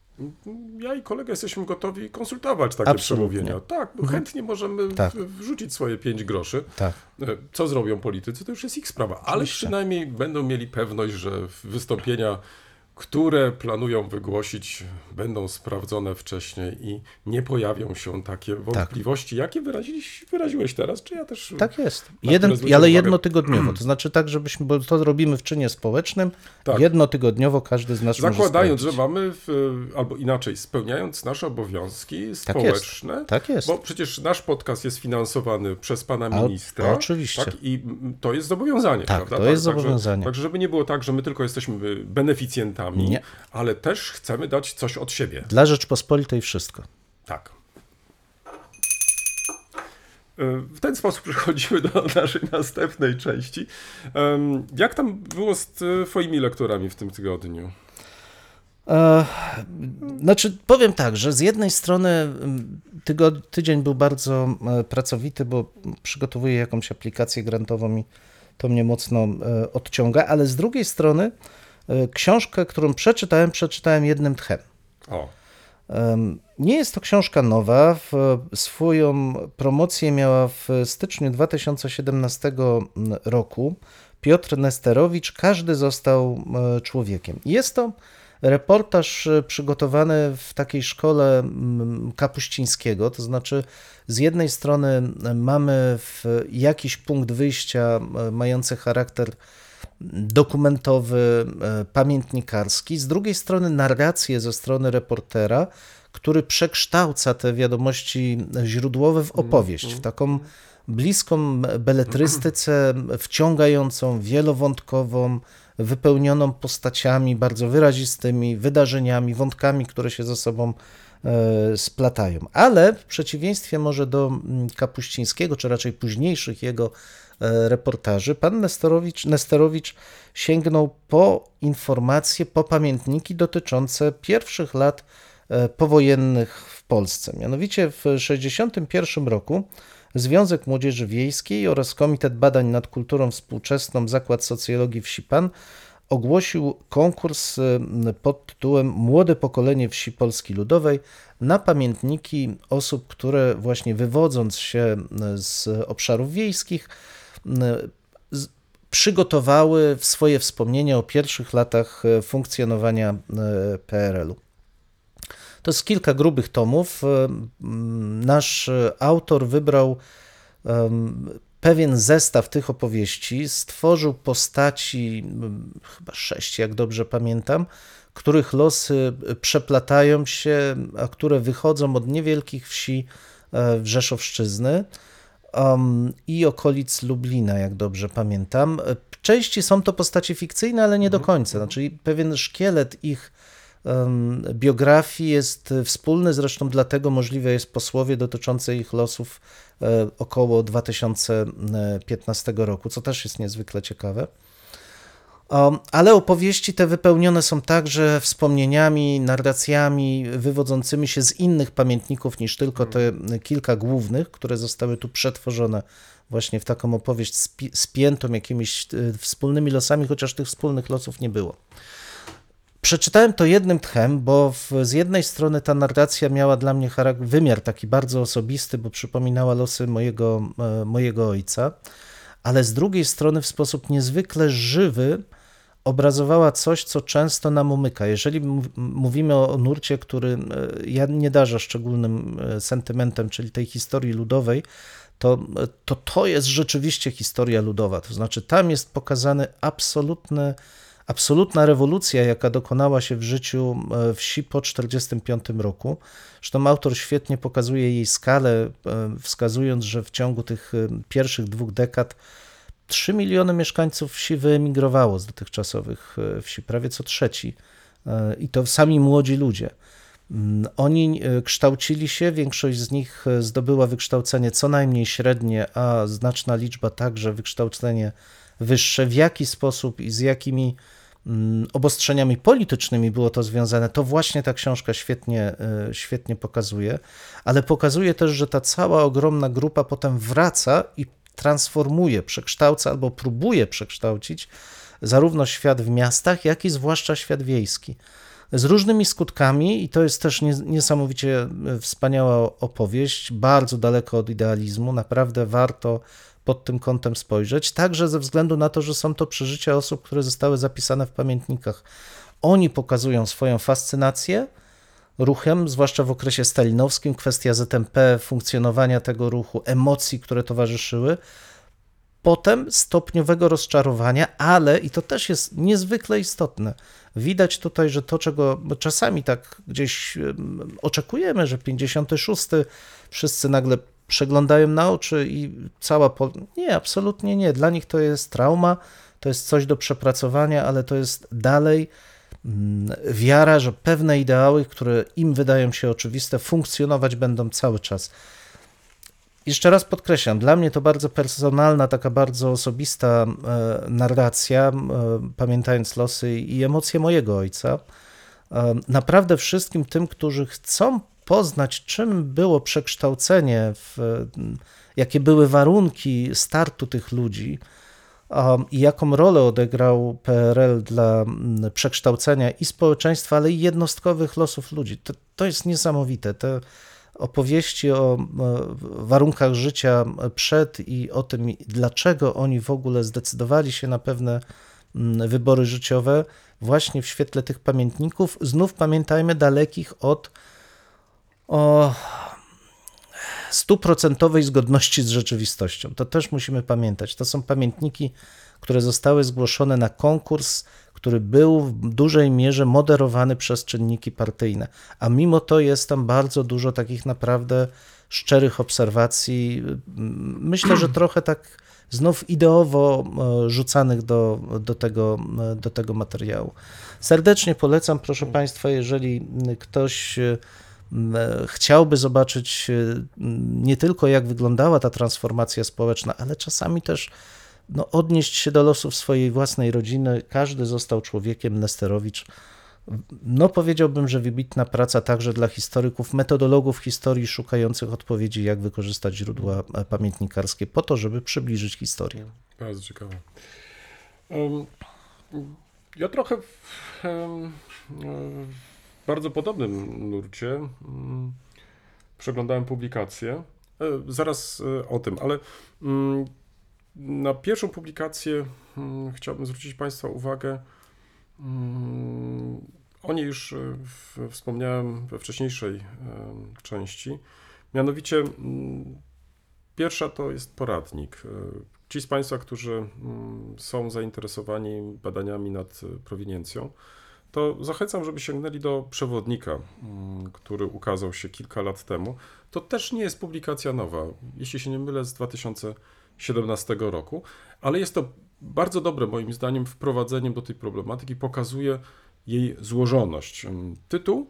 Ja i kolega jesteśmy gotowi konsultować takie przemówienia. Tak, chętnie możemy wrzucić swoje 5 groszy. Tak. Co zrobią politycy, to już jest ich sprawa, ale przynajmniej będą mieli pewność, że wystąpienia, które planują wygłosić, będą sprawdzone wcześniej i nie pojawią się takie wątpliwości, jakie wyraziłeś teraz, czy ja też... Tak jest, ale jednotygodniowo, to znaczy tak, bo to robimy w czynie społecznym, jednotygodniowo każdy z nas zakładając, że mamy, albo inaczej, spełniając nasze obowiązki społeczne, tak jest. Bo przecież nasz podcast jest finansowany przez pana ministra. Oczywiście. Tak, i to jest zobowiązanie, prawda? To jest zobowiązanie. Także żeby nie było tak, że my tylko jesteśmy beneficjentami, ale też chcemy dać coś od siebie. Dla Rzeczpospolitej wszystko. Tak. W ten sposób przechodzimy do naszej następnej części. Jak tam było z twoimi lekturami w tym tygodniu? Znaczy, powiem tak, że z jednej strony tydzień był bardzo pracowity, bo przygotowuję jakąś aplikację grantową i to mnie mocno odciąga, ale z drugiej strony książkę, którą przeczytałem jednym tchem. Nie jest to książka nowa. Swoją promocję miała w styczniu 2017 roku Piotr Nesterowicz, Każdy został człowiekiem. Jest to reportaż przygotowany w takiej szkole Kapuścińskiego, to znaczy z jednej strony mamy jakiś punkt wyjścia mający charakter dokumentowy, pamiętnikarski, z drugiej strony narrację ze strony reportera, który przekształca te wiadomości źródłowe w opowieść, w taką bliską beletrystyce, wciągającą, wielowątkową, wypełnioną postaciami bardzo wyrazistymi, wydarzeniami, wątkami, które się ze sobą splatają. Ale w przeciwieństwie może do Kapuścińskiego, czy raczej późniejszych jego reportaży, pan Nesterowicz sięgnął po informacje, po pamiętniki dotyczące pierwszych lat powojennych w Polsce. Mianowicie w 1961 roku Związek Młodzieży Wiejskiej oraz Komitet Badań nad Kulturą Współczesną Zakład Socjologii Wsi PAN ogłosił konkurs pod tytułem Młode pokolenie wsi Polski Ludowej na pamiętniki osób, które właśnie wywodząc się z obszarów wiejskich przygotowały swoje wspomnienia o pierwszych latach funkcjonowania PRL-u. To jest kilka grubych tomów. Nasz autor wybrał pewien zestaw tych opowieści, stworzył postaci, chyba 6, jak dobrze pamiętam, których losy przeplatają się, a które wychodzą od niewielkich wsi Rzeszowszczyzny i okolic Lublina, jak dobrze pamiętam. Części są to postacie fikcyjne, ale nie do końca. Znaczy pewien szkielet ich biografii jest wspólny, zresztą dlatego możliwe jest posłowie dotyczące ich losów około 2015 roku, co też jest niezwykle ciekawe. Ale opowieści te wypełnione są także wspomnieniami, narracjami wywodzącymi się z innych pamiętników niż tylko te kilka głównych, które zostały tu przetworzone właśnie w taką opowieść spiętą jakimiś wspólnymi losami, chociaż tych wspólnych losów nie było. Przeczytałem to jednym tchem, bo z jednej strony ta narracja miała dla mnie wymiar taki bardzo osobisty, bo przypominała losy mojego ojca, ale z drugiej strony w sposób niezwykle żywy obrazowała coś, co często nam umyka. Jeżeli mówimy o nurcie, który ja nie darzę szczególnym sentymentem, czyli tej historii ludowej, to jest rzeczywiście historia ludowa. To znaczy tam jest pokazany absolutna rewolucja, jaka dokonała się w życiu wsi po 1945 roku. Zresztą autor świetnie pokazuje jej skalę, wskazując, że w ciągu tych pierwszych 2 dekad 3 miliony mieszkańców wsi wyemigrowało z dotychczasowych wsi, prawie co trzeci. I to sami młodzi ludzie. Oni kształcili się, większość z nich zdobyła wykształcenie co najmniej średnie, a znaczna liczba także wykształcenie wyższe. W jaki sposób i z jakimi obostrzeniami politycznymi było to związane, to właśnie ta książka świetnie pokazuje, ale pokazuje też, że ta cała ogromna grupa potem wraca i transformuje, przekształca albo próbuje przekształcić zarówno świat w miastach, jak i zwłaszcza świat wiejski. Z różnymi skutkami i to jest też niesamowicie wspaniała opowieść, bardzo daleko od idealizmu, naprawdę warto pod tym kątem spojrzeć, także ze względu na to, że są to przeżycia osób, które zostały zapisane w pamiętnikach. Oni pokazują swoją fascynację ruchem, zwłaszcza w okresie stalinowskim, kwestia ZMP, funkcjonowania tego ruchu, emocji, które towarzyszyły, potem stopniowego rozczarowania, ale, i to też jest niezwykle istotne, widać tutaj, że to, czego czasami tak gdzieś oczekujemy, że 56 wszyscy nagle przeglądają na oczy i Nie, absolutnie nie. Dla nich to jest trauma, to jest coś do przepracowania, ale to jest dalej wiara, że pewne ideały, które im wydają się oczywiste, funkcjonować będą cały czas. Jeszcze raz podkreślam, dla mnie to bardzo personalna, taka bardzo osobista narracja, pamiętając losy i emocje mojego ojca. Naprawdę wszystkim tym, którzy chcą poznać, czym było przekształcenie, jakie były warunki startu tych ludzi i jaką rolę odegrał PRL dla przekształcenia i społeczeństwa, ale i jednostkowych losów ludzi. To jest niesamowite. opowieści o warunkach życia przed i o tym, dlaczego oni w ogóle zdecydowali się na pewne wybory życiowe, właśnie w świetle tych pamiętników, znów pamiętajmy, dalekich od 100% zgodności z rzeczywistością. To też musimy pamiętać. To są pamiętniki, które zostały zgłoszone na konkurs, który był w dużej mierze moderowany przez czynniki partyjne, a mimo to jest tam bardzo dużo takich naprawdę szczerych obserwacji. Myślę, że trochę tak znów ideowo rzucanych do tego materiału. Serdecznie polecam, proszę Państwa, jeżeli ktoś chciałby zobaczyć nie tylko jak wyglądała ta transformacja społeczna, ale czasami też odnieść się do losów swojej własnej rodziny. Każdy został człowiekiem, Nesterowicz. Powiedziałbym, że wybitna praca także dla historyków, metodologów historii szukających odpowiedzi, jak wykorzystać źródła pamiętnikarskie po to, żeby przybliżyć historię. Bardzo ciekawe. Ja trochę w bardzo podobnym nurcie przeglądałem publikacje. Zaraz o tym, ale na pierwszą publikację chciałbym zwrócić Państwa uwagę. O niej już wspomniałem we wcześniejszej części. Mianowicie pierwsza to jest poradnik. Ci z Państwa, którzy są zainteresowani badaniami nad proweniencją, to zachęcam, żeby sięgnęli do przewodnika, który ukazał się kilka lat temu. To też nie jest publikacja nowa, jeśli się nie mylę, z 2017 roku, ale jest to bardzo dobre, moim zdaniem, wprowadzeniem do tej problematyki, pokazuje jej złożoność. Tytuł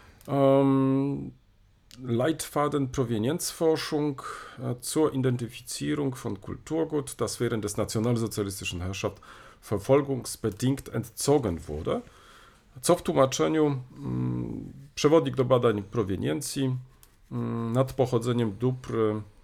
Leitfaden Provenienzforschung zur Identifizierung von Kulturgut, das während des nationalsozialistischen Herrschaft verfolgungsbedingt entzogen wurde, co w tłumaczeniu przewodnik do badań proweniencji nad pochodzeniem dóbr,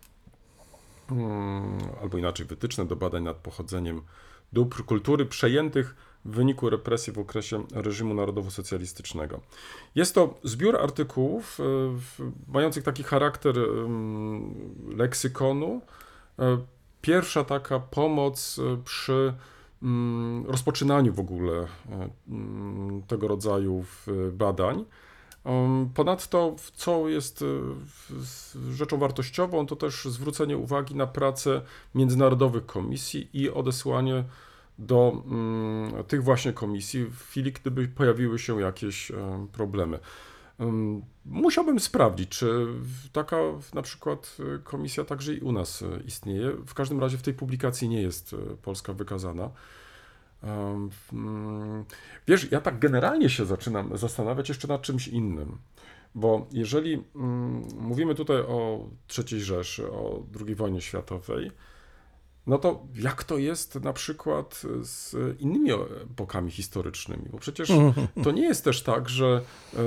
albo inaczej wytyczne do badań nad pochodzeniem dóbr kultury przejętych w wyniku represji w okresie reżimu narodowo-socjalistycznego. Jest to zbiór artykułów mających taki charakter leksykonu. Pierwsza taka pomoc przy rozpoczynaniu w ogóle tego rodzaju badań. Ponadto, co jest rzeczą wartościową, to też zwrócenie uwagi na pracę międzynarodowych komisji i odesłanie do tych właśnie komisji w chwili, gdyby pojawiły się jakieś problemy. Musiałbym sprawdzić, czy taka na przykład komisja także i u nas istnieje. W każdym razie w tej publikacji nie jest Polska wykazana. Wiesz, ja tak generalnie się zaczynam zastanawiać jeszcze nad czymś innym, bo jeżeli mówimy tutaj o III Rzeszy, o II wojnie światowej, no to jak to jest na przykład z innymi epokami historycznymi? Bo przecież to nie jest też tak, że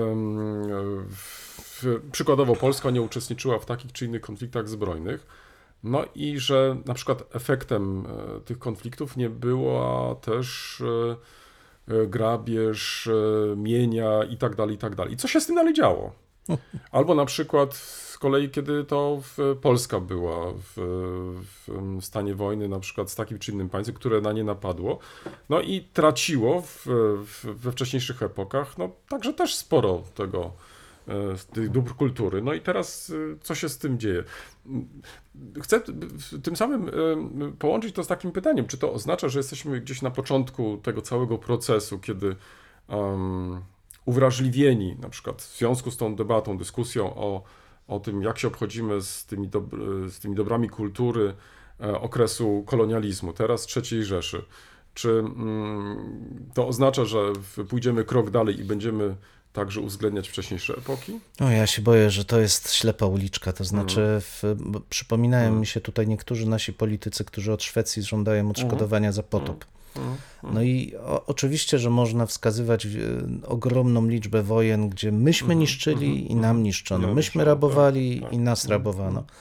przykładowo Polska nie uczestniczyła w takich czy innych konfliktach zbrojnych, no i że na przykład efektem tych konfliktów nie była też grabież mienia i tak dalej, i tak dalej. I co się z tym dalej działo? Albo na przykład z kolei, kiedy to Polska była w stanie wojny, na przykład z takim czy innym państwem, które na nie napadło, no i traciło we wcześniejszych epokach, no także też sporo tych dóbr kultury. No i teraz co się z tym dzieje? Chcę tym samym połączyć to z takim pytaniem, czy to oznacza, że jesteśmy gdzieś na początku tego całego procesu, kiedy uwrażliwieni, na przykład w związku z tą debatą, dyskusją o tym, jak się obchodzimy z tymi dobrami kultury okresu kolonializmu, teraz III Rzeszy. Czy to oznacza, że pójdziemy krok dalej i będziemy także uwzględniać wcześniejsze epoki? No, ja się boję, że to jest ślepa uliczka, to znaczy przypominają mi się tutaj niektórzy nasi politycy, którzy od Szwecji żądają odszkodowania za potop. No i oczywiście, że można wskazywać ogromną liczbę wojen, gdzie myśmy niszczyli i nam niszczono, myśmy rabowali i nas rabowano.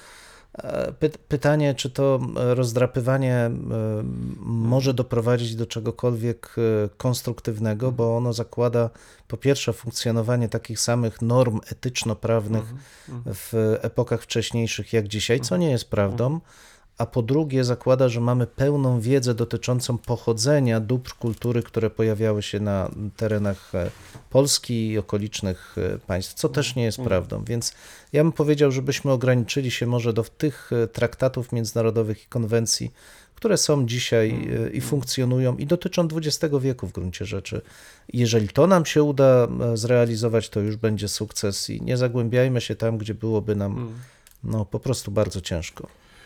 Pytanie, czy to rozdrapywanie może doprowadzić do czegokolwiek konstruktywnego, bo ono zakłada po pierwsze funkcjonowanie takich samych norm etyczno-prawnych w epokach wcześniejszych jak dzisiaj, co nie jest prawdą, a po drugie zakłada, że mamy pełną wiedzę dotyczącą pochodzenia dóbr kultury, które pojawiały się na terenach Polski i okolicznych państw, co też nie jest prawdą. Więc ja bym powiedział, żebyśmy ograniczyli się może do tych traktatów międzynarodowych i konwencji, które są dzisiaj i funkcjonują i dotyczą XX wieku w gruncie rzeczy. Jeżeli to nam się uda zrealizować, to już będzie sukces i nie zagłębiajmy się tam, gdzie byłoby nam po prostu bardzo ciężko.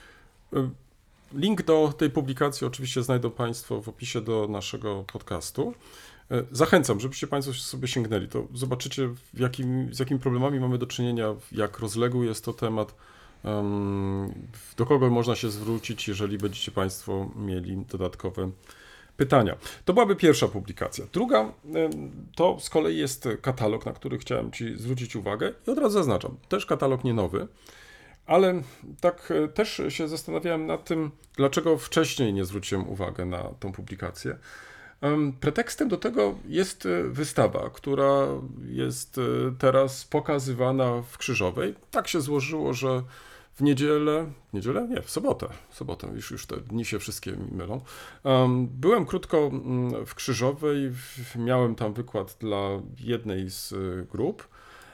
Link do tej publikacji oczywiście znajdą Państwo w opisie do naszego podcastu. Zachęcam, żebyście Państwo sobie sięgnęli. To zobaczycie, z jakimi problemami mamy do czynienia, jak rozległy jest to temat, do kogo można się zwrócić, jeżeli będziecie Państwo mieli dodatkowe pytania. To byłaby pierwsza publikacja. Druga to z kolei jest katalog, na który chciałem Ci zwrócić uwagę i od razu zaznaczam, też katalog nie nowy. Ale tak też się zastanawiałem nad tym, dlaczego wcześniej nie zwróciłem uwagi na tą publikację. Pretekstem do tego jest wystawa, która jest teraz pokazywana w Krzyżowej. Tak się złożyło, że w niedzielę? Nie, w sobotę, już te dni się wszystkie mi mylą. Byłem krótko w Krzyżowej, miałem tam wykład dla jednej z grup.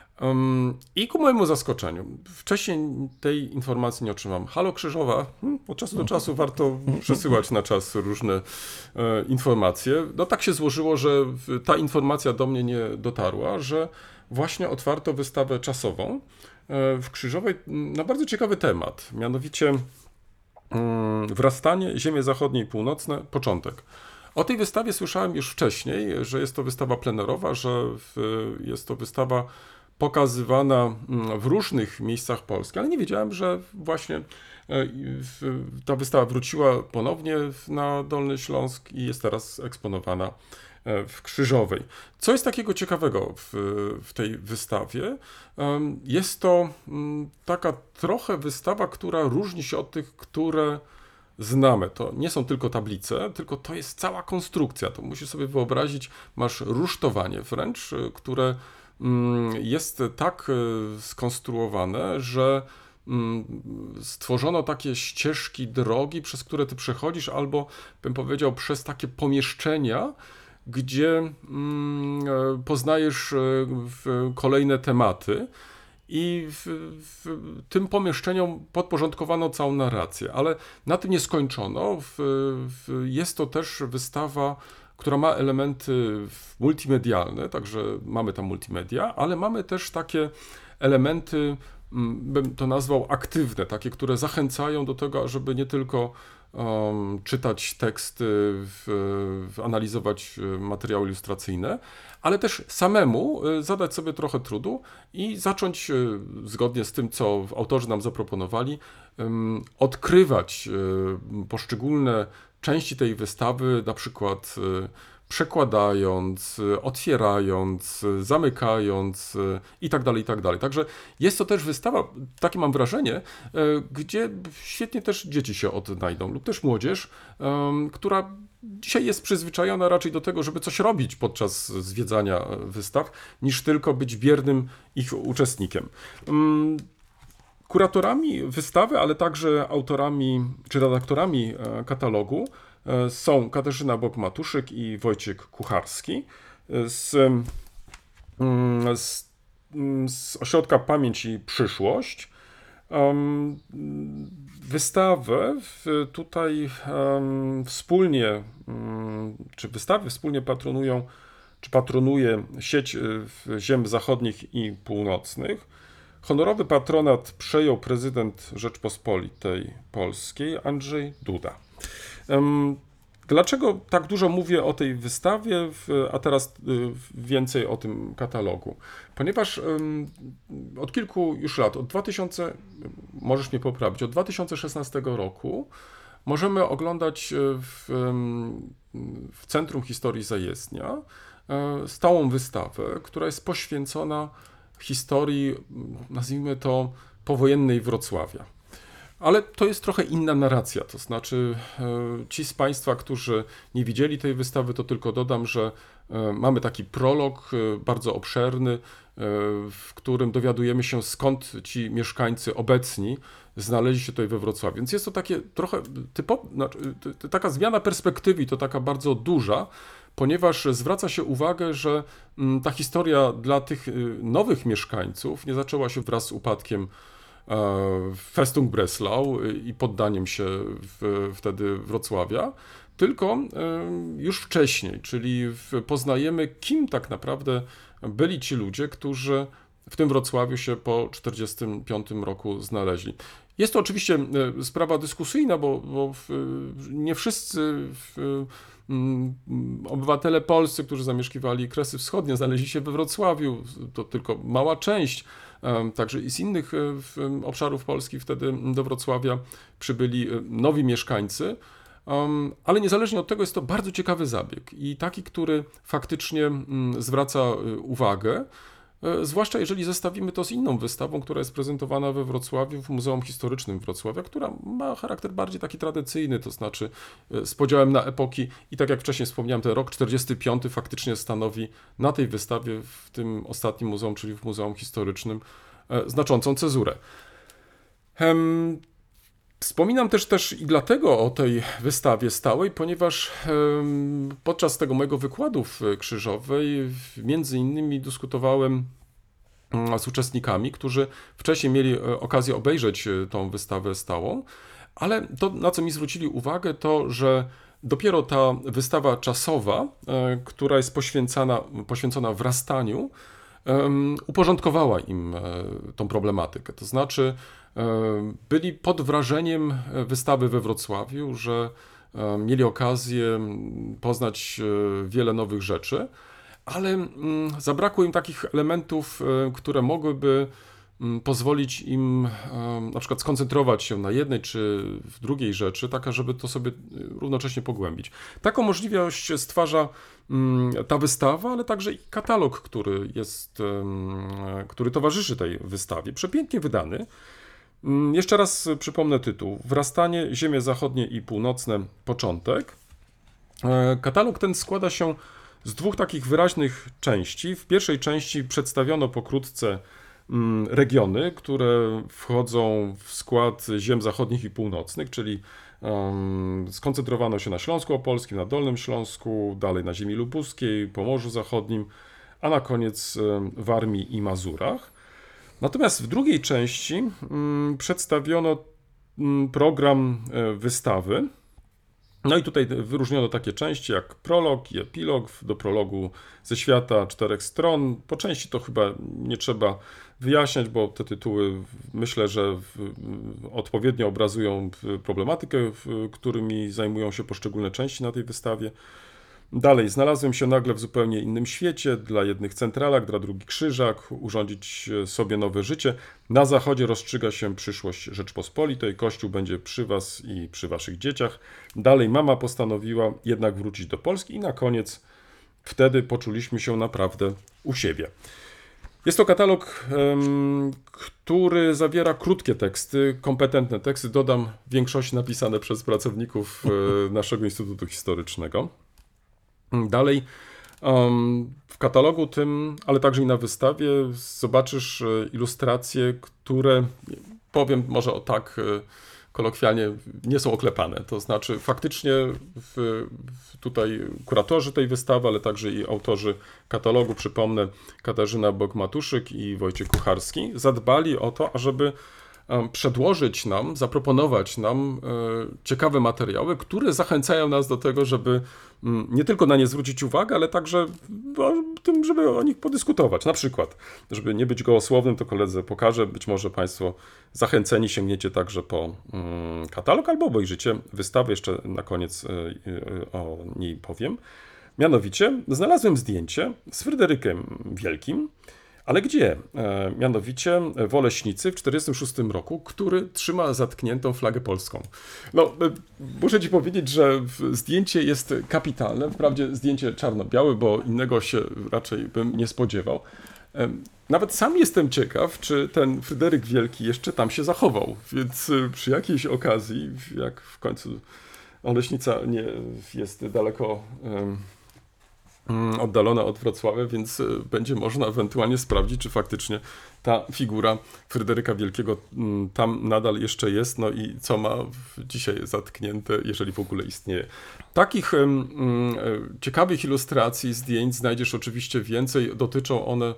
I ku mojemu zaskoczeniu, wcześniej tej informacji nie otrzymam. Halo Krzyżowa, od czasu do czasu warto przesyłać na czas różne informacje. No tak się złożyło, że ta informacja do mnie nie dotarła, że właśnie otwarto wystawę czasową w Krzyżowej na bardzo ciekawy temat, mianowicie wrastanie, ziemie zachodnie i północne, początek. O tej wystawie słyszałem już wcześniej, że jest to wystawa plenerowa, że jest to wystawa pokazywana w różnych miejscach Polski, ale nie wiedziałem, że właśnie ta wystawa wróciła ponownie na Dolny Śląsk i jest teraz eksponowana w Krzyżowej. Co jest takiego ciekawego w tej wystawie? Jest to taka trochę wystawa, która różni się od tych, które znamy. To nie są tylko tablice, tylko to jest cała konstrukcja. To musisz sobie wyobrazić, masz rusztowanie wręcz, które jest tak skonstruowane, że stworzono takie ścieżki, drogi, przez które ty przechodzisz, albo bym powiedział, przez takie pomieszczenia, gdzie poznajesz kolejne tematy i w tym pomieszczeniom podporządkowano całą narrację, ale na tym nie skończono. Jest to też wystawa, która ma elementy multimedialne, także mamy tam multimedia, ale mamy też takie elementy, bym to nazwał aktywne, takie, które zachęcają do tego, żeby nie tylko czytać teksty, analizować materiały ilustracyjne, ale też samemu zadać sobie trochę trudu i zacząć, zgodnie z tym, co autorzy nam zaproponowali, odkrywać poszczególne części tej wystawy, na przykład przekładając, otwierając, zamykając i tak dalej, i tak dalej. Także jest to też wystawa, takie mam wrażenie, gdzie świetnie też dzieci się odnajdą lub też młodzież, która dzisiaj jest przyzwyczajona raczej do tego, żeby coś robić podczas zwiedzania wystaw, niż tylko być biernym ich uczestnikiem. Kuratorami wystawy, ale także autorami czy redaktorami katalogu są Katarzyna Bok-Matuszyk i Wojciech Kucharski z Ośrodka Pamięć i Przyszłość. Wystawę tutaj wspólnie, czy wystawy wspólnie patronują, czy patronuje sieć ziem zachodnich i północnych. Honorowy patronat przejął prezydent Rzeczpospolitej Polskiej Andrzej Duda. Dlaczego tak dużo mówię o tej wystawie, a teraz więcej o tym katalogu? Ponieważ od kilku już lat, możesz mnie poprawić, od 2016 roku możemy oglądać w Centrum Historii Zajezdnia stałą wystawę, która jest poświęcona historii, nazwijmy to, powojennej Wrocławia. Ale to jest trochę inna narracja, to znaczy ci z Państwa, którzy nie widzieli tej wystawy, to tylko dodam, że mamy taki prolog bardzo obszerny, w którym dowiadujemy się, skąd ci mieszkańcy obecni znaleźli się tutaj we Wrocławiu. Więc jest to takie trochę taka zmiana perspektywy, to taka bardzo duża, ponieważ zwraca się uwagę, że ta historia dla tych nowych mieszkańców nie zaczęła się wraz z upadkiem Festung Breslau i poddaniem się wtedy Wrocławia, tylko już wcześniej, czyli poznajemy, kim tak naprawdę byli ci ludzie, którzy w tym Wrocławiu się po 1945 roku znaleźli. Jest to oczywiście sprawa dyskusyjna, bo nie wszyscy obywatele polscy, którzy zamieszkiwali Kresy Wschodnie, znaleźli się we Wrocławiu, to tylko mała część. Także i z innych obszarów Polski wtedy do Wrocławia przybyli nowi mieszkańcy, ale niezależnie od tego jest to bardzo ciekawy zabieg i taki, który faktycznie zwraca uwagę, zwłaszcza jeżeli zestawimy to z inną wystawą, która jest prezentowana we Wrocławiu, w Muzeum Historycznym Wrocławia, która ma charakter bardziej taki tradycyjny, to znaczy z podziałem na epoki i tak jak wcześniej wspomniałem, ten rok 45 faktycznie stanowi na tej wystawie w tym ostatnim muzeum, czyli w Muzeum Historycznym, znaczącą cezurę. Wspominam też i dlatego o tej wystawie stałej, ponieważ podczas tego mojego wykładu w Krzyżowej między innymi dyskutowałem z uczestnikami, którzy wcześniej mieli okazję obejrzeć tą wystawę stałą, ale to, na co mi zwrócili uwagę, to, że dopiero ta wystawa czasowa, która jest poświęcona wrastaniu, uporządkowała im tą problematykę. To znaczy byli pod wrażeniem wystawy we Wrocławiu, że mieli okazję poznać wiele nowych rzeczy, ale zabrakło im takich elementów, które mogłyby pozwolić im na przykład skoncentrować się na jednej czy w drugiej rzeczy, taka, żeby to sobie równocześnie pogłębić. Taką możliwość stwarza ta wystawa, ale także i katalog, który towarzyszy tej wystawie. Przepięknie wydany. Jeszcze raz przypomnę tytuł. Wrastanie, ziemie zachodnie i północne, początek. Katalog ten składa się z dwóch takich wyraźnych części. W pierwszej części przedstawiono pokrótce regiony, które wchodzą w skład ziem zachodnich i północnych, czyli skoncentrowano się na Śląsku Opolskim, na Dolnym Śląsku, dalej na ziemi lubuskiej, Pomorzu Zachodnim, a na koniec Warmii i Mazurach. Natomiast w drugiej części przedstawiono program wystawy. No i tutaj wyróżniono takie części jak prolog i epilog. Do prologu ze świata 4 stron. Po części to chyba nie trzeba wyjaśniać, bo te tytuły myślę, że odpowiednio obrazują problematykę, którymi zajmują się poszczególne części na tej wystawie. Dalej, znalazłem się nagle w zupełnie innym świecie, dla jednych centralach, dla drugich krzyżak, urządzić sobie nowe życie. Na zachodzie rozstrzyga się przyszłość Rzeczpospolitej, Kościół będzie przy was i przy waszych dzieciach. Dalej, mama postanowiła jednak wrócić do Polski i na koniec wtedy poczuliśmy się naprawdę u siebie. Jest to katalog, który zawiera krótkie teksty, kompetentne teksty, dodam, w większości napisane przez pracowników naszego Instytutu Historycznego. Dalej, w katalogu tym, ale także i na wystawie zobaczysz ilustracje, które, powiem może tak kolokwialnie, nie są oklepane. To znaczy faktycznie tutaj kuratorzy tej wystawy, ale także i autorzy katalogu, przypomnę, Katarzyna Bok-Matuszyk i Wojciech Kucharski, zadbali o to, ażeby przedłożyć nam, zaproponować nam ciekawe materiały, które zachęcają nas do tego, żeby nie tylko na nie zwrócić uwagę, ale także tym, żeby o nich podyskutować. Na przykład, żeby nie być gołosłownym, to koledze pokażę, być może Państwo zachęceni sięgniecie także po katalog albo obejrzycie wystawę, jeszcze na koniec o niej powiem. Mianowicie znalazłem zdjęcie z Fryderykiem Wielkim, ale gdzie? Mianowicie w Oleśnicy w 1946 roku, który trzyma zatkniętą flagę polską. No, muszę Ci powiedzieć, że zdjęcie jest kapitalne, wprawdzie zdjęcie czarno-białe, bo innego się raczej bym nie spodziewał. Nawet sam jestem ciekaw, czy ten Fryderyk Wielki jeszcze tam się zachował, więc przy jakiejś okazji, jak w końcu Oleśnica nie jest daleko oddalona od Wrocławia, więc będzie można ewentualnie sprawdzić, czy faktycznie ta figura Fryderyka Wielkiego tam nadal jeszcze jest, no i co ma dzisiaj zatknięte, jeżeli w ogóle istnieje. Takich ciekawych ilustracji, zdjęć znajdziesz oczywiście więcej. Dotyczą one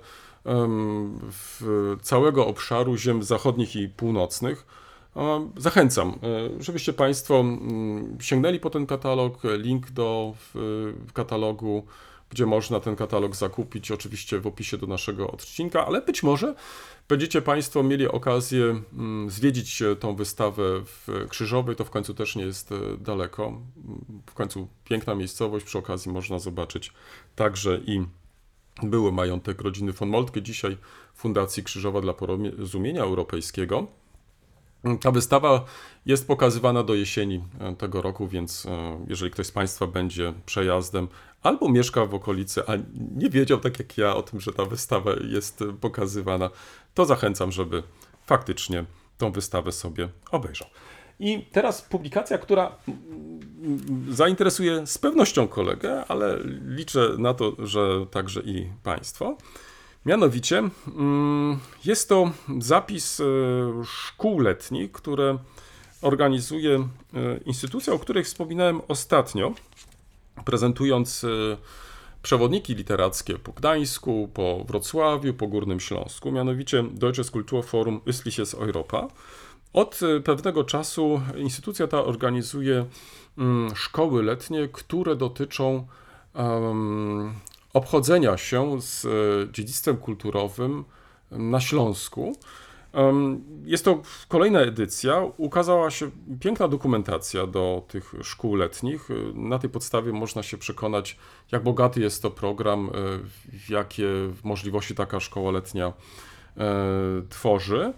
całego obszaru ziem zachodnich i północnych. Zachęcam, żebyście Państwo sięgnęli po ten katalog, link do katalogu, gdzie można ten katalog zakupić, oczywiście w opisie do naszego odcinka, ale być może będziecie Państwo mieli okazję zwiedzić tą wystawę w Krzyżowej, to w końcu też nie jest daleko, w końcu piękna miejscowość, przy okazji można zobaczyć także i były majątek rodziny von Moltke, dzisiaj Fundacji Krzyżowa dla Porozumienia Europejskiego. Ta wystawa jest pokazywana do jesieni tego roku, więc jeżeli ktoś z Państwa będzie przejazdem albo mieszka w okolicy, a nie wiedział tak jak ja o tym, że ta wystawa jest pokazywana, to zachęcam, żeby faktycznie tą wystawę sobie obejrzał. I teraz publikacja, która zainteresuje z pewnością kolegę, ale liczę na to, że także i Państwo. Mianowicie jest to zapis szkół letnich, które organizuje instytucja, o której wspominałem ostatnio, prezentując przewodniki literackie po Gdańsku, po Wrocławiu, po Górnym Śląsku, mianowicie Deutsches Kulturforum Östliches Europa. Od pewnego czasu instytucja ta organizuje szkoły letnie, które dotyczą obchodzenia się z dziedzictwem kulturowym na Śląsku. Jest to kolejna edycja. Ukazała się piękna dokumentacja do tych szkół letnich. Na tej podstawie można się przekonać, jak bogaty jest to program, jakie możliwości taka szkoła letnia tworzy.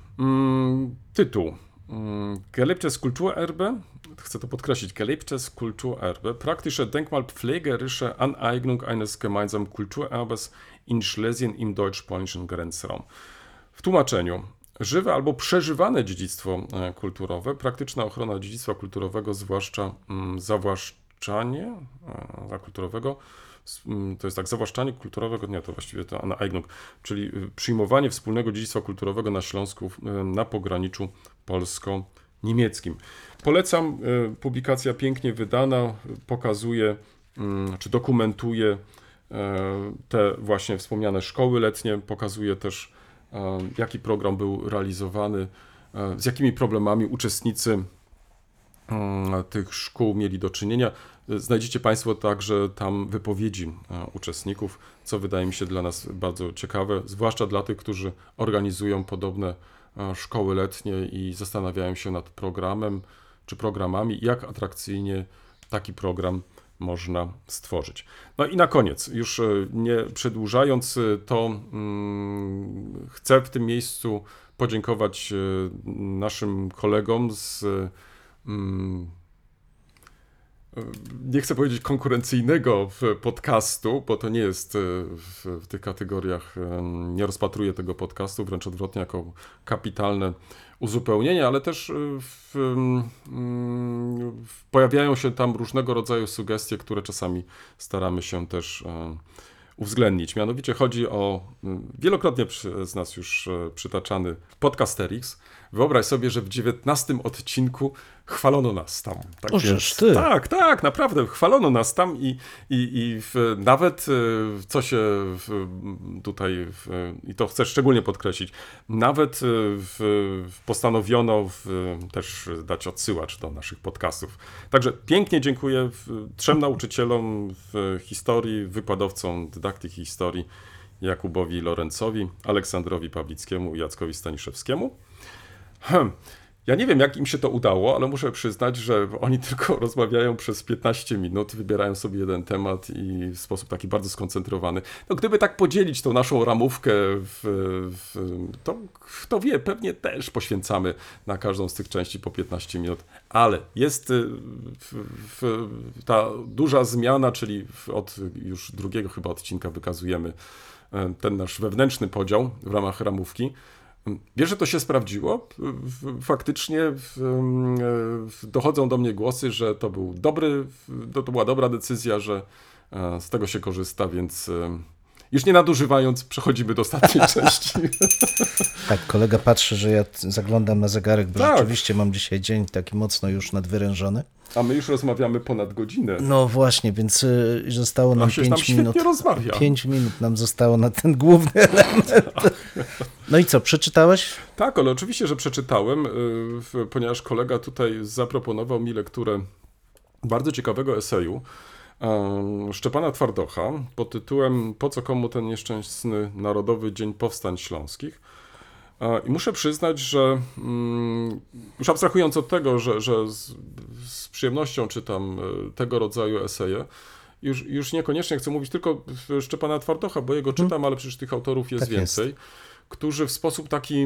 Tytuł Gelebtes Kulturerbe, chcę to podkreślić, Gelebtes Kulturerbe, praktische denkmalpflegerische Aneignung eines gemeinsamen Kulturerbes in Schlesien im deutsch-polnischen Grenzraum. W tłumaczeniu, żywe albo przeżywane dziedzictwo kulturowe, praktyczna ochrona dziedzictwa kulturowego, zwłaszcza zawłaszczanie kulturowego, to jest tak, zawłaszczanie kulturowego, nie, to właściwie to Aneignung, czyli przyjmowanie wspólnego dziedzictwa kulturowego na Śląsku na pograniczu polsko-niemieckim. Polecam, publikacja pięknie wydana, pokazuje, czy dokumentuje te właśnie wspomniane szkoły letnie, pokazuje też, jaki program był realizowany, z jakimi problemami uczestnicy tych szkół mieli do czynienia. Znajdziecie Państwo także tam wypowiedzi uczestników, co wydaje mi się dla nas bardzo ciekawe, zwłaszcza dla tych, którzy organizują podobne szkoły letnie i zastanawiają się nad programem czy programami, jak atrakcyjnie taki program można stworzyć. No i na koniec, już nie przedłużając, to chcę w tym miejscu podziękować naszym kolegom z nie chcę powiedzieć konkurencyjnego podcastu, bo to nie jest w tych kategoriach, nie rozpatruję tego podcastu, wręcz odwrotnie, jako kapitalne uzupełnienie, ale też pojawiają się tam różnego rodzaju sugestie, które czasami staramy się też uwzględnić. Mianowicie chodzi o wielokrotnie przez nas już przytaczany Podcasterix. Wyobraź sobie, że w 19 odcinku chwalono nas tam. Tak, Ożeż ty. Tak, naprawdę chwalono nas tam i nawet co się tutaj, i to chcę szczególnie podkreślić, nawet postanowiono też dać odsyłacz do naszych podcastów. Także pięknie dziękuję 3 nauczycielom historii, wykładowcom dydaktyki historii, Jakubowi Lorencowi, Aleksandrowi Pawlickiemu i Jackowi Staniszewskiemu. Ja nie wiem, jak im się to udało, ale muszę przyznać, że oni tylko rozmawiają przez 15 minut, wybierają sobie jeden temat i w sposób taki bardzo skoncentrowany. No, gdyby tak podzielić tą naszą ramówkę, to kto wie, pewnie też poświęcamy na każdą z tych części po 15 minut, ale jest ta duża zmiana, czyli od już drugiego chyba odcinka wykazujemy ten nasz wewnętrzny podział w ramach ramówki. Wiesz, że to się sprawdziło? Faktycznie dochodzą do mnie głosy, że to była dobra decyzja, że z tego się korzysta, więc już nie nadużywając, przechodzimy do ostatniej części. Tak, kolega patrzy, że ja zaglądam na zegarek, bo Tak. rzeczywiście mam dzisiaj dzień taki mocno już nadwyrężony. A my już rozmawiamy ponad godzinę. No właśnie, więc zostało nam A się nam 5 minut. świetnie rozmawia. 5 minut nam zostało na ten główny element. No i co, przeczytałeś? Tak, ale oczywiście, że przeczytałem, ponieważ kolega tutaj zaproponował mi lekturę bardzo ciekawego eseju Szczepana Twardocha pod tytułem Po co komu ten nieszczęsny Narodowy Dzień Powstań Śląskich. I muszę przyznać, że już abstrahując od tego, że z przyjemnością czytam tego rodzaju eseje, już niekoniecznie chcę mówić tylko Szczepana Twardocha, bo jego czytam, ale przecież tych autorów jest Tak jest. więcej, którzy w sposób taki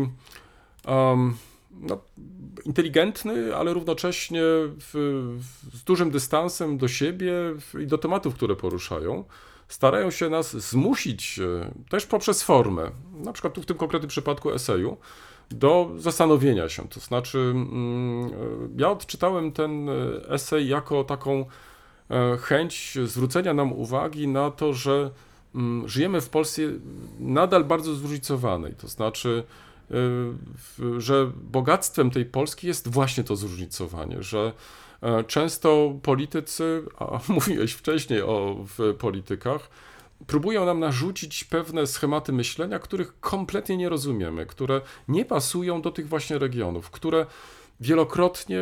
inteligentny, ale równocześnie z dużym dystansem do siebie i do tematów, które poruszają, starają się nas zmusić też poprzez formę, na przykład tu w tym konkretnym przypadku eseju, do zastanowienia się. To znaczy, ja odczytałem ten esej jako taką chęć zwrócenia nam uwagi na to, że żyjemy w Polsce nadal bardzo zróżnicowanej. To znaczy, że bogactwem tej Polski jest właśnie to zróżnicowanie, że często politycy, a mówiłeś wcześniej o politykach, próbują nam narzucić pewne schematy myślenia, których kompletnie nie rozumiemy, które nie pasują do tych właśnie regionów, które wielokrotnie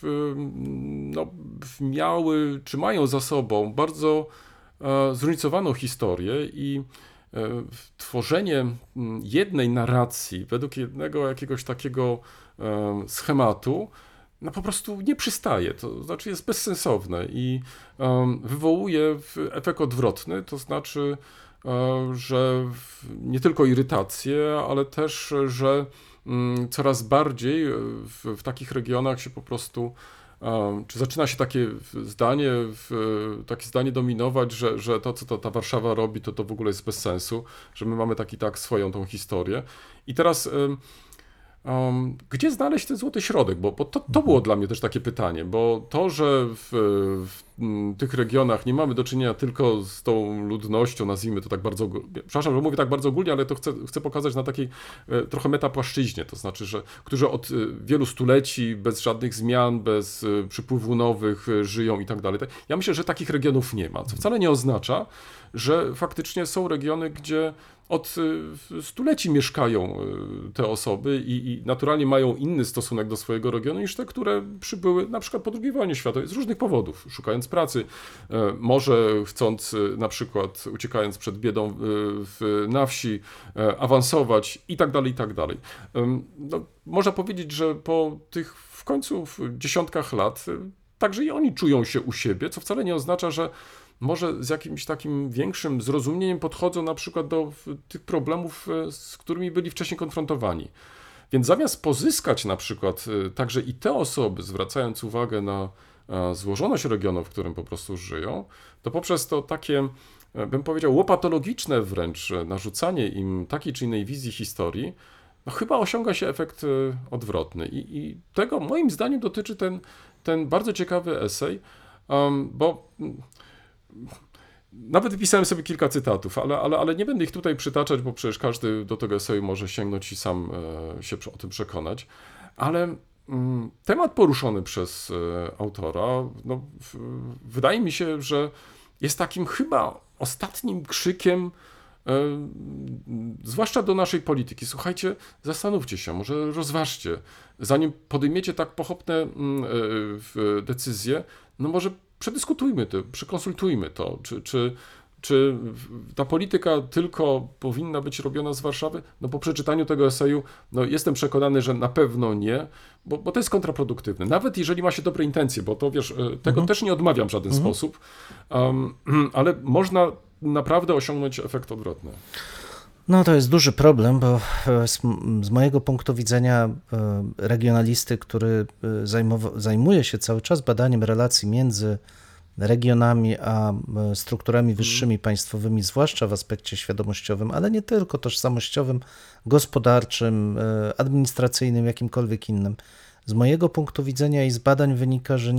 miały, czy mają za sobą bardzo zróżnicowaną historię i tworzenie jednej narracji według jednego jakiegoś takiego schematu po prostu nie przystaje, to znaczy jest bezsensowne i wywołuje efekt odwrotny, to znaczy, że nie tylko irytację, ale też, że coraz bardziej w takich regionach się po prostu czy zaczyna się takie zdanie dominować, że to, co ta Warszawa robi, to w ogóle jest bez sensu, że my mamy swoją tą historię. I teraz gdzie znaleźć ten złoty środek? Bo to było dla mnie też takie pytanie, bo to, że w tych regionach nie mamy do czynienia tylko z tą ludnością, nazwijmy to tak bardzo, przepraszam, że mówię tak bardzo ogólnie, ale to chcę pokazać na takiej trochę metapłaszczyźnie, to znaczy, że którzy od wielu stuleci bez żadnych zmian, bez przypływu nowych żyją i tak dalej. Ja myślę, że takich regionów nie ma, co wcale nie oznacza, że faktycznie są regiony, gdzie od stuleci mieszkają te osoby i naturalnie mają inny stosunek do swojego regionu niż te, które przybyły na przykład po II wojnie światowej z różnych powodów, szukając pracy, może chcąc na przykład uciekając przed biedą na wsi, awansować i tak dalej, i tak dalej. Można powiedzieć, że po tych w końcu dziesiątkach lat także i oni czują się u siebie, co wcale nie oznacza, że może z jakimś takim większym zrozumieniem podchodzą na przykład do tych problemów, z którymi byli wcześniej konfrontowani. Więc zamiast pozyskać na przykład także i te osoby, zwracając uwagę na złożoność regionu, w którym po prostu żyją, to poprzez to takie, bym powiedział, łopatologiczne wręcz narzucanie im takiej czy innej wizji historii, chyba osiąga się efekt odwrotny. I tego moim zdaniem dotyczy ten bardzo ciekawy esej, bo nawet wypisałem sobie kilka cytatów, ale nie będę ich tutaj przytaczać, bo przecież każdy do tego eseju może sięgnąć i sam się o tym przekonać. Ale temat poruszony przez autora, wydaje mi się, że jest takim chyba ostatnim krzykiem, zwłaszcza do naszej polityki. Słuchajcie, zastanówcie się, może rozważcie, zanim podejmiecie tak pochopne decyzje, może przedyskutujmy to, przekonsultujmy to, czy ta polityka tylko powinna być robiona z Warszawy? Po przeczytaniu tego eseju jestem przekonany, że na pewno nie, bo to jest kontraproduktywne. Nawet jeżeli ma się dobre intencje, bo to wiesz, tego też nie odmawiam w żaden sposób, ale można naprawdę osiągnąć efekt odwrotny. No to jest duży problem, bo z mojego punktu widzenia regionalisty, który zajmuje się cały czas badaniem relacji między regionami, a strukturami wyższymi państwowymi, zwłaszcza w aspekcie świadomościowym, ale nie tylko, tożsamościowym, gospodarczym, administracyjnym, jakimkolwiek innym. Z mojego punktu widzenia i z badań wynika, że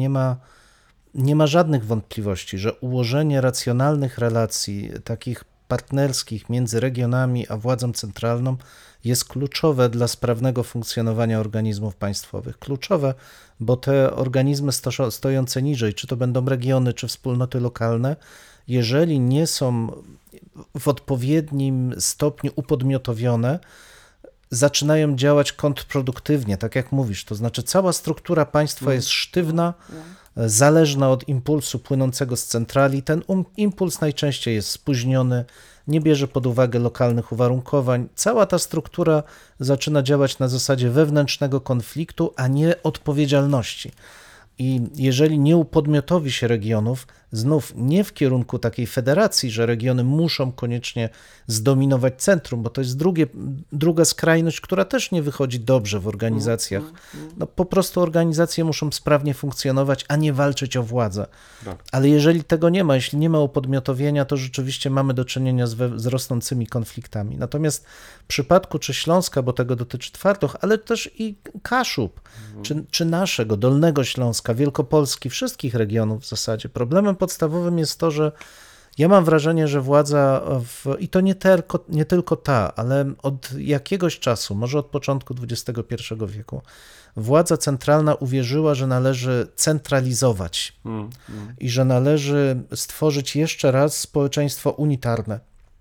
nie ma żadnych wątpliwości, że ułożenie racjonalnych relacji, takich partnerskich między regionami a władzą centralną jest kluczowe dla sprawnego funkcjonowania organizmów państwowych. Kluczowe, bo te organizmy stojące niżej, czy to będą regiony, czy wspólnoty lokalne, jeżeli nie są w odpowiednim stopniu upodmiotowione, zaczynają działać kontrproduktywnie, tak jak mówisz, to znaczy cała struktura państwa jest sztywna, zależna od impulsu płynącego z centrali. Ten impuls najczęściej jest spóźniony, nie bierze pod uwagę lokalnych uwarunkowań. Cała ta struktura zaczyna działać na zasadzie wewnętrznego konfliktu, a nie odpowiedzialności. I jeżeli nie upodmiotowi się regionów, znów nie w kierunku takiej federacji, że regiony muszą koniecznie zdominować centrum, bo to jest druga skrajność, która też nie wychodzi dobrze w organizacjach. No, po prostu organizacje muszą sprawnie funkcjonować, a nie walczyć o władzę. Tak. Ale jeżeli tego nie ma, jeśli nie ma upodmiotowienia, to rzeczywiście mamy do czynienia z rosnącymi konfliktami. Natomiast w przypadku czy Śląska, bo tego dotyczy Twardych, ale też i Kaszub, czy naszego, Dolnego Śląska, Wielkopolski, wszystkich regionów w zasadzie, problemem podstawowym jest to, że ja mam wrażenie, że władza, i to nie tylko ta, ale od jakiegoś czasu, może od początku XXI wieku, władza centralna uwierzyła, że należy centralizować i że należy stworzyć jeszcze raz społeczeństwo unitarne,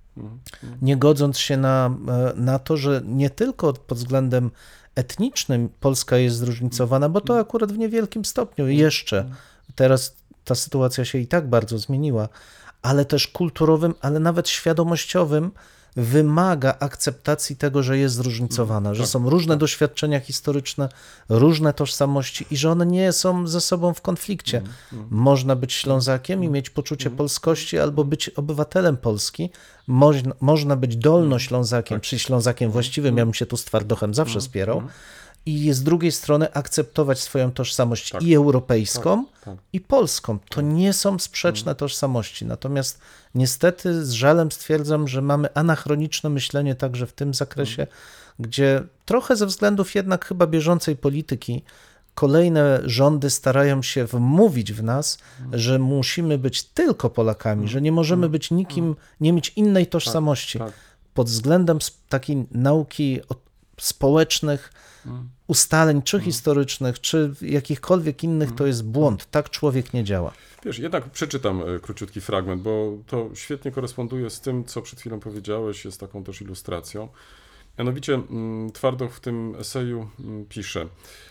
nie godząc się na to, że nie tylko pod względem etnicznym Polska jest zróżnicowana, bo to akurat w niewielkim stopniu jeszcze. Teraz ta sytuacja się i tak bardzo zmieniła, ale też kulturowym, ale nawet świadomościowym wymaga akceptacji tego, że jest zróżnicowana, że są różne doświadczenia historyczne, różne tożsamości i że one nie są ze sobą w konflikcie. Można być Ślązakiem i mieć poczucie polskości albo być obywatelem Polski. Można być Dolnoślązakiem, czy Ślązakiem właściwym, ja bym się tu z Twardochem zawsze spierał. I z drugiej strony akceptować swoją tożsamość i europejską, i polską. To nie są sprzeczne tożsamości. Natomiast niestety z żalem stwierdzam, że mamy anachroniczne myślenie także w tym zakresie, gdzie trochę ze względów jednak chyba bieżącej polityki kolejne rządy starają się wmówić w nas, że musimy być tylko Polakami, że nie możemy być nikim, nie mieć innej tożsamości. Pod względem takiej nauki społecznych, ustaleń, czy historycznych, czy jakichkolwiek innych, to jest błąd. Tak człowiek nie działa. Wiesz, jednak przeczytam króciutki fragment, bo to świetnie koresponduje z tym, co przed chwilą powiedziałeś, jest taką też ilustracją. Mianowicie Twardoch w tym eseju pisze,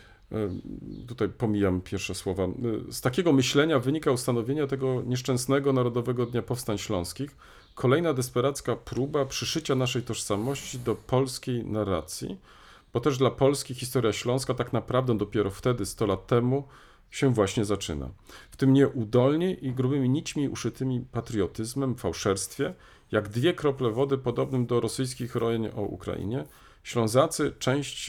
tutaj pomijam pierwsze słowa, z takiego myślenia wynika ustanowienie tego nieszczęsnego Narodowego Dnia Powstań Śląskich, kolejna desperacka próba przyszycia naszej tożsamości do polskiej narracji, bo też dla Polski historia Śląska tak naprawdę dopiero wtedy, 100 lat temu, się właśnie zaczyna. W tym nieudolnie i grubymi nićmi uszytymi patriotyzmem, fałszerstwie, jak dwie krople wody podobnym do rosyjskich rojeń o Ukrainie, Ślązacy część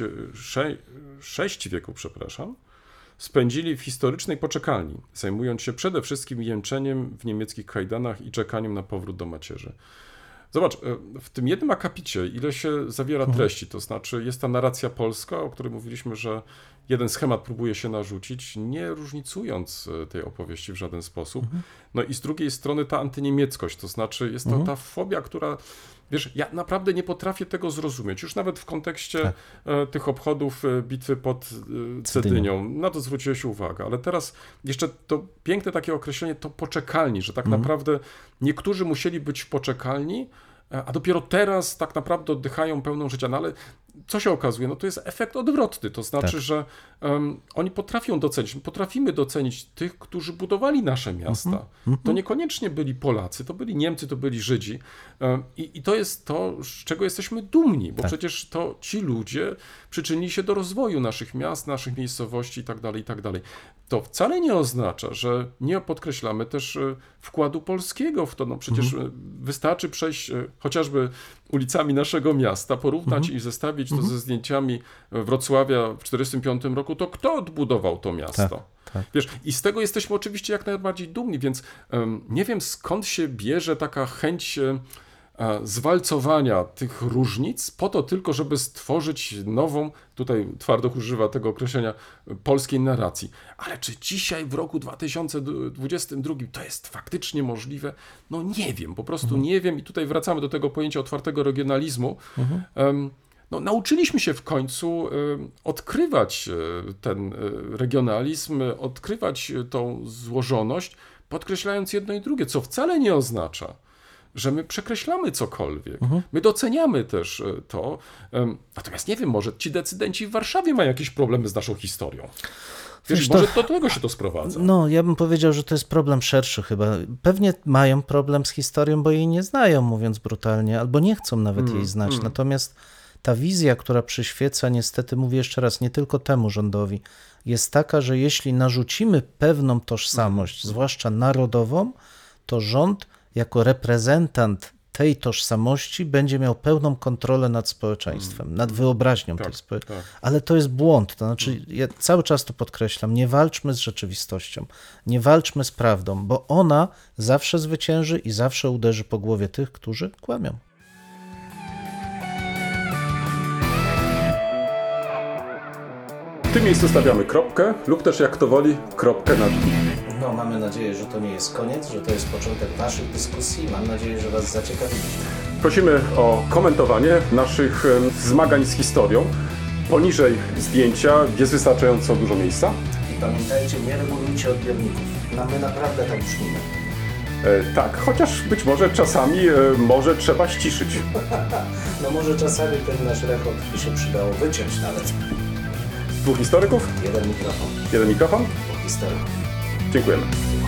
6 wieków, spędzili w historycznej poczekalni, zajmując się przede wszystkim jęczeniem w niemieckich kajdanach i czekaniem na powrót do macierzy. Zobacz, w tym jednym akapicie ile się zawiera treści, to znaczy jest ta narracja polska, o której mówiliśmy, że jeden schemat próbuje się narzucić, nie różnicując tej opowieści w żaden sposób. No i z drugiej strony ta antyniemieckość, to znaczy jest to ta fobia, która, wiesz, ja naprawdę nie potrafię tego zrozumieć, już nawet w kontekście tych obchodów bitwy pod Cedynią, na to zwróciłeś uwagę, ale teraz jeszcze to piękne takie określenie, to poczekalni, że tak naprawdę niektórzy musieli być w poczekalni, a dopiero teraz tak naprawdę oddychają pełną życia. No ale co się okazuje? No to jest efekt odwrotny. To znaczy, że oni potrafimy docenić tych, którzy budowali nasze miasta. To niekoniecznie byli Polacy, to byli Niemcy, to byli Żydzi. I to jest to, z czego jesteśmy dumni, bo przecież to ci ludzie przyczynili się do rozwoju naszych miast, naszych miejscowości itd., itd. To wcale nie oznacza, że nie podkreślamy też wkładu polskiego w to. No przecież wystarczy przejść chociażby ulicami naszego miasta, porównać i zestawić to ze zdjęciami Wrocławia w 1945 roku, to kto odbudował to miasto? Tak. Wiesz, i z tego jesteśmy oczywiście jak najbardziej dumni, więc nie wiem, skąd się bierze taka chęć zwalcowania tych różnic po to tylko, żeby stworzyć nową, tutaj Twardoch używa tego określenia, polskiej narracji. Ale czy dzisiaj w roku 2022 to jest faktycznie możliwe? No nie wiem, po prostu nie wiem i tutaj wracamy do tego pojęcia otwartego regionalizmu. No, nauczyliśmy się w końcu odkrywać ten regionalizm, odkrywać tą złożoność, podkreślając jedno i drugie, co wcale nie oznacza, że my przekreślamy cokolwiek. My doceniamy też to. Natomiast nie wiem, może ci decydenci w Warszawie mają jakieś problemy z naszą historią. Wiesz, może do tego się to sprowadza. No, ja bym powiedział, że to jest problem szerszy chyba. Pewnie mają problem z historią, bo jej nie znają, mówiąc brutalnie, albo nie chcą nawet jej znać. Natomiast ta wizja, która przyświeca, niestety, mówię jeszcze raz, nie tylko temu rządowi, jest taka, że jeśli narzucimy pewną tożsamość, zwłaszcza narodową, to rząd jako reprezentant tej tożsamości będzie miał pełną kontrolę nad społeczeństwem, nad wyobraźnią tej społeczeństwa. Ale to jest błąd. To znaczy, ja cały czas to podkreślam, nie walczmy z rzeczywistością, nie walczmy z prawdą, bo ona zawsze zwycięży i zawsze uderzy po głowie tych, którzy kłamią. W tym miejscu stawiamy kropkę lub też, jak to woli, kropkę nad i. No, mamy nadzieję, że to nie jest koniec, że to jest początek waszych dyskusji. Mam nadzieję, że was zaciekawiliśmy. Prosimy o komentowanie naszych zmagań z historią. Poniżej zdjęcia jest wystarczająco dużo miejsca. I pamiętajcie, nie regulujcie odbiorników. My naprawdę tak brzmimy. Tak, chociaż być może czasami może trzeba ściszyć. No może czasami ten nasz rechot by się przydało wyciąć nawet. 2 historyków, Jeden mikrofon, 1 mikrofon. 2 historyków. Dziękujemy.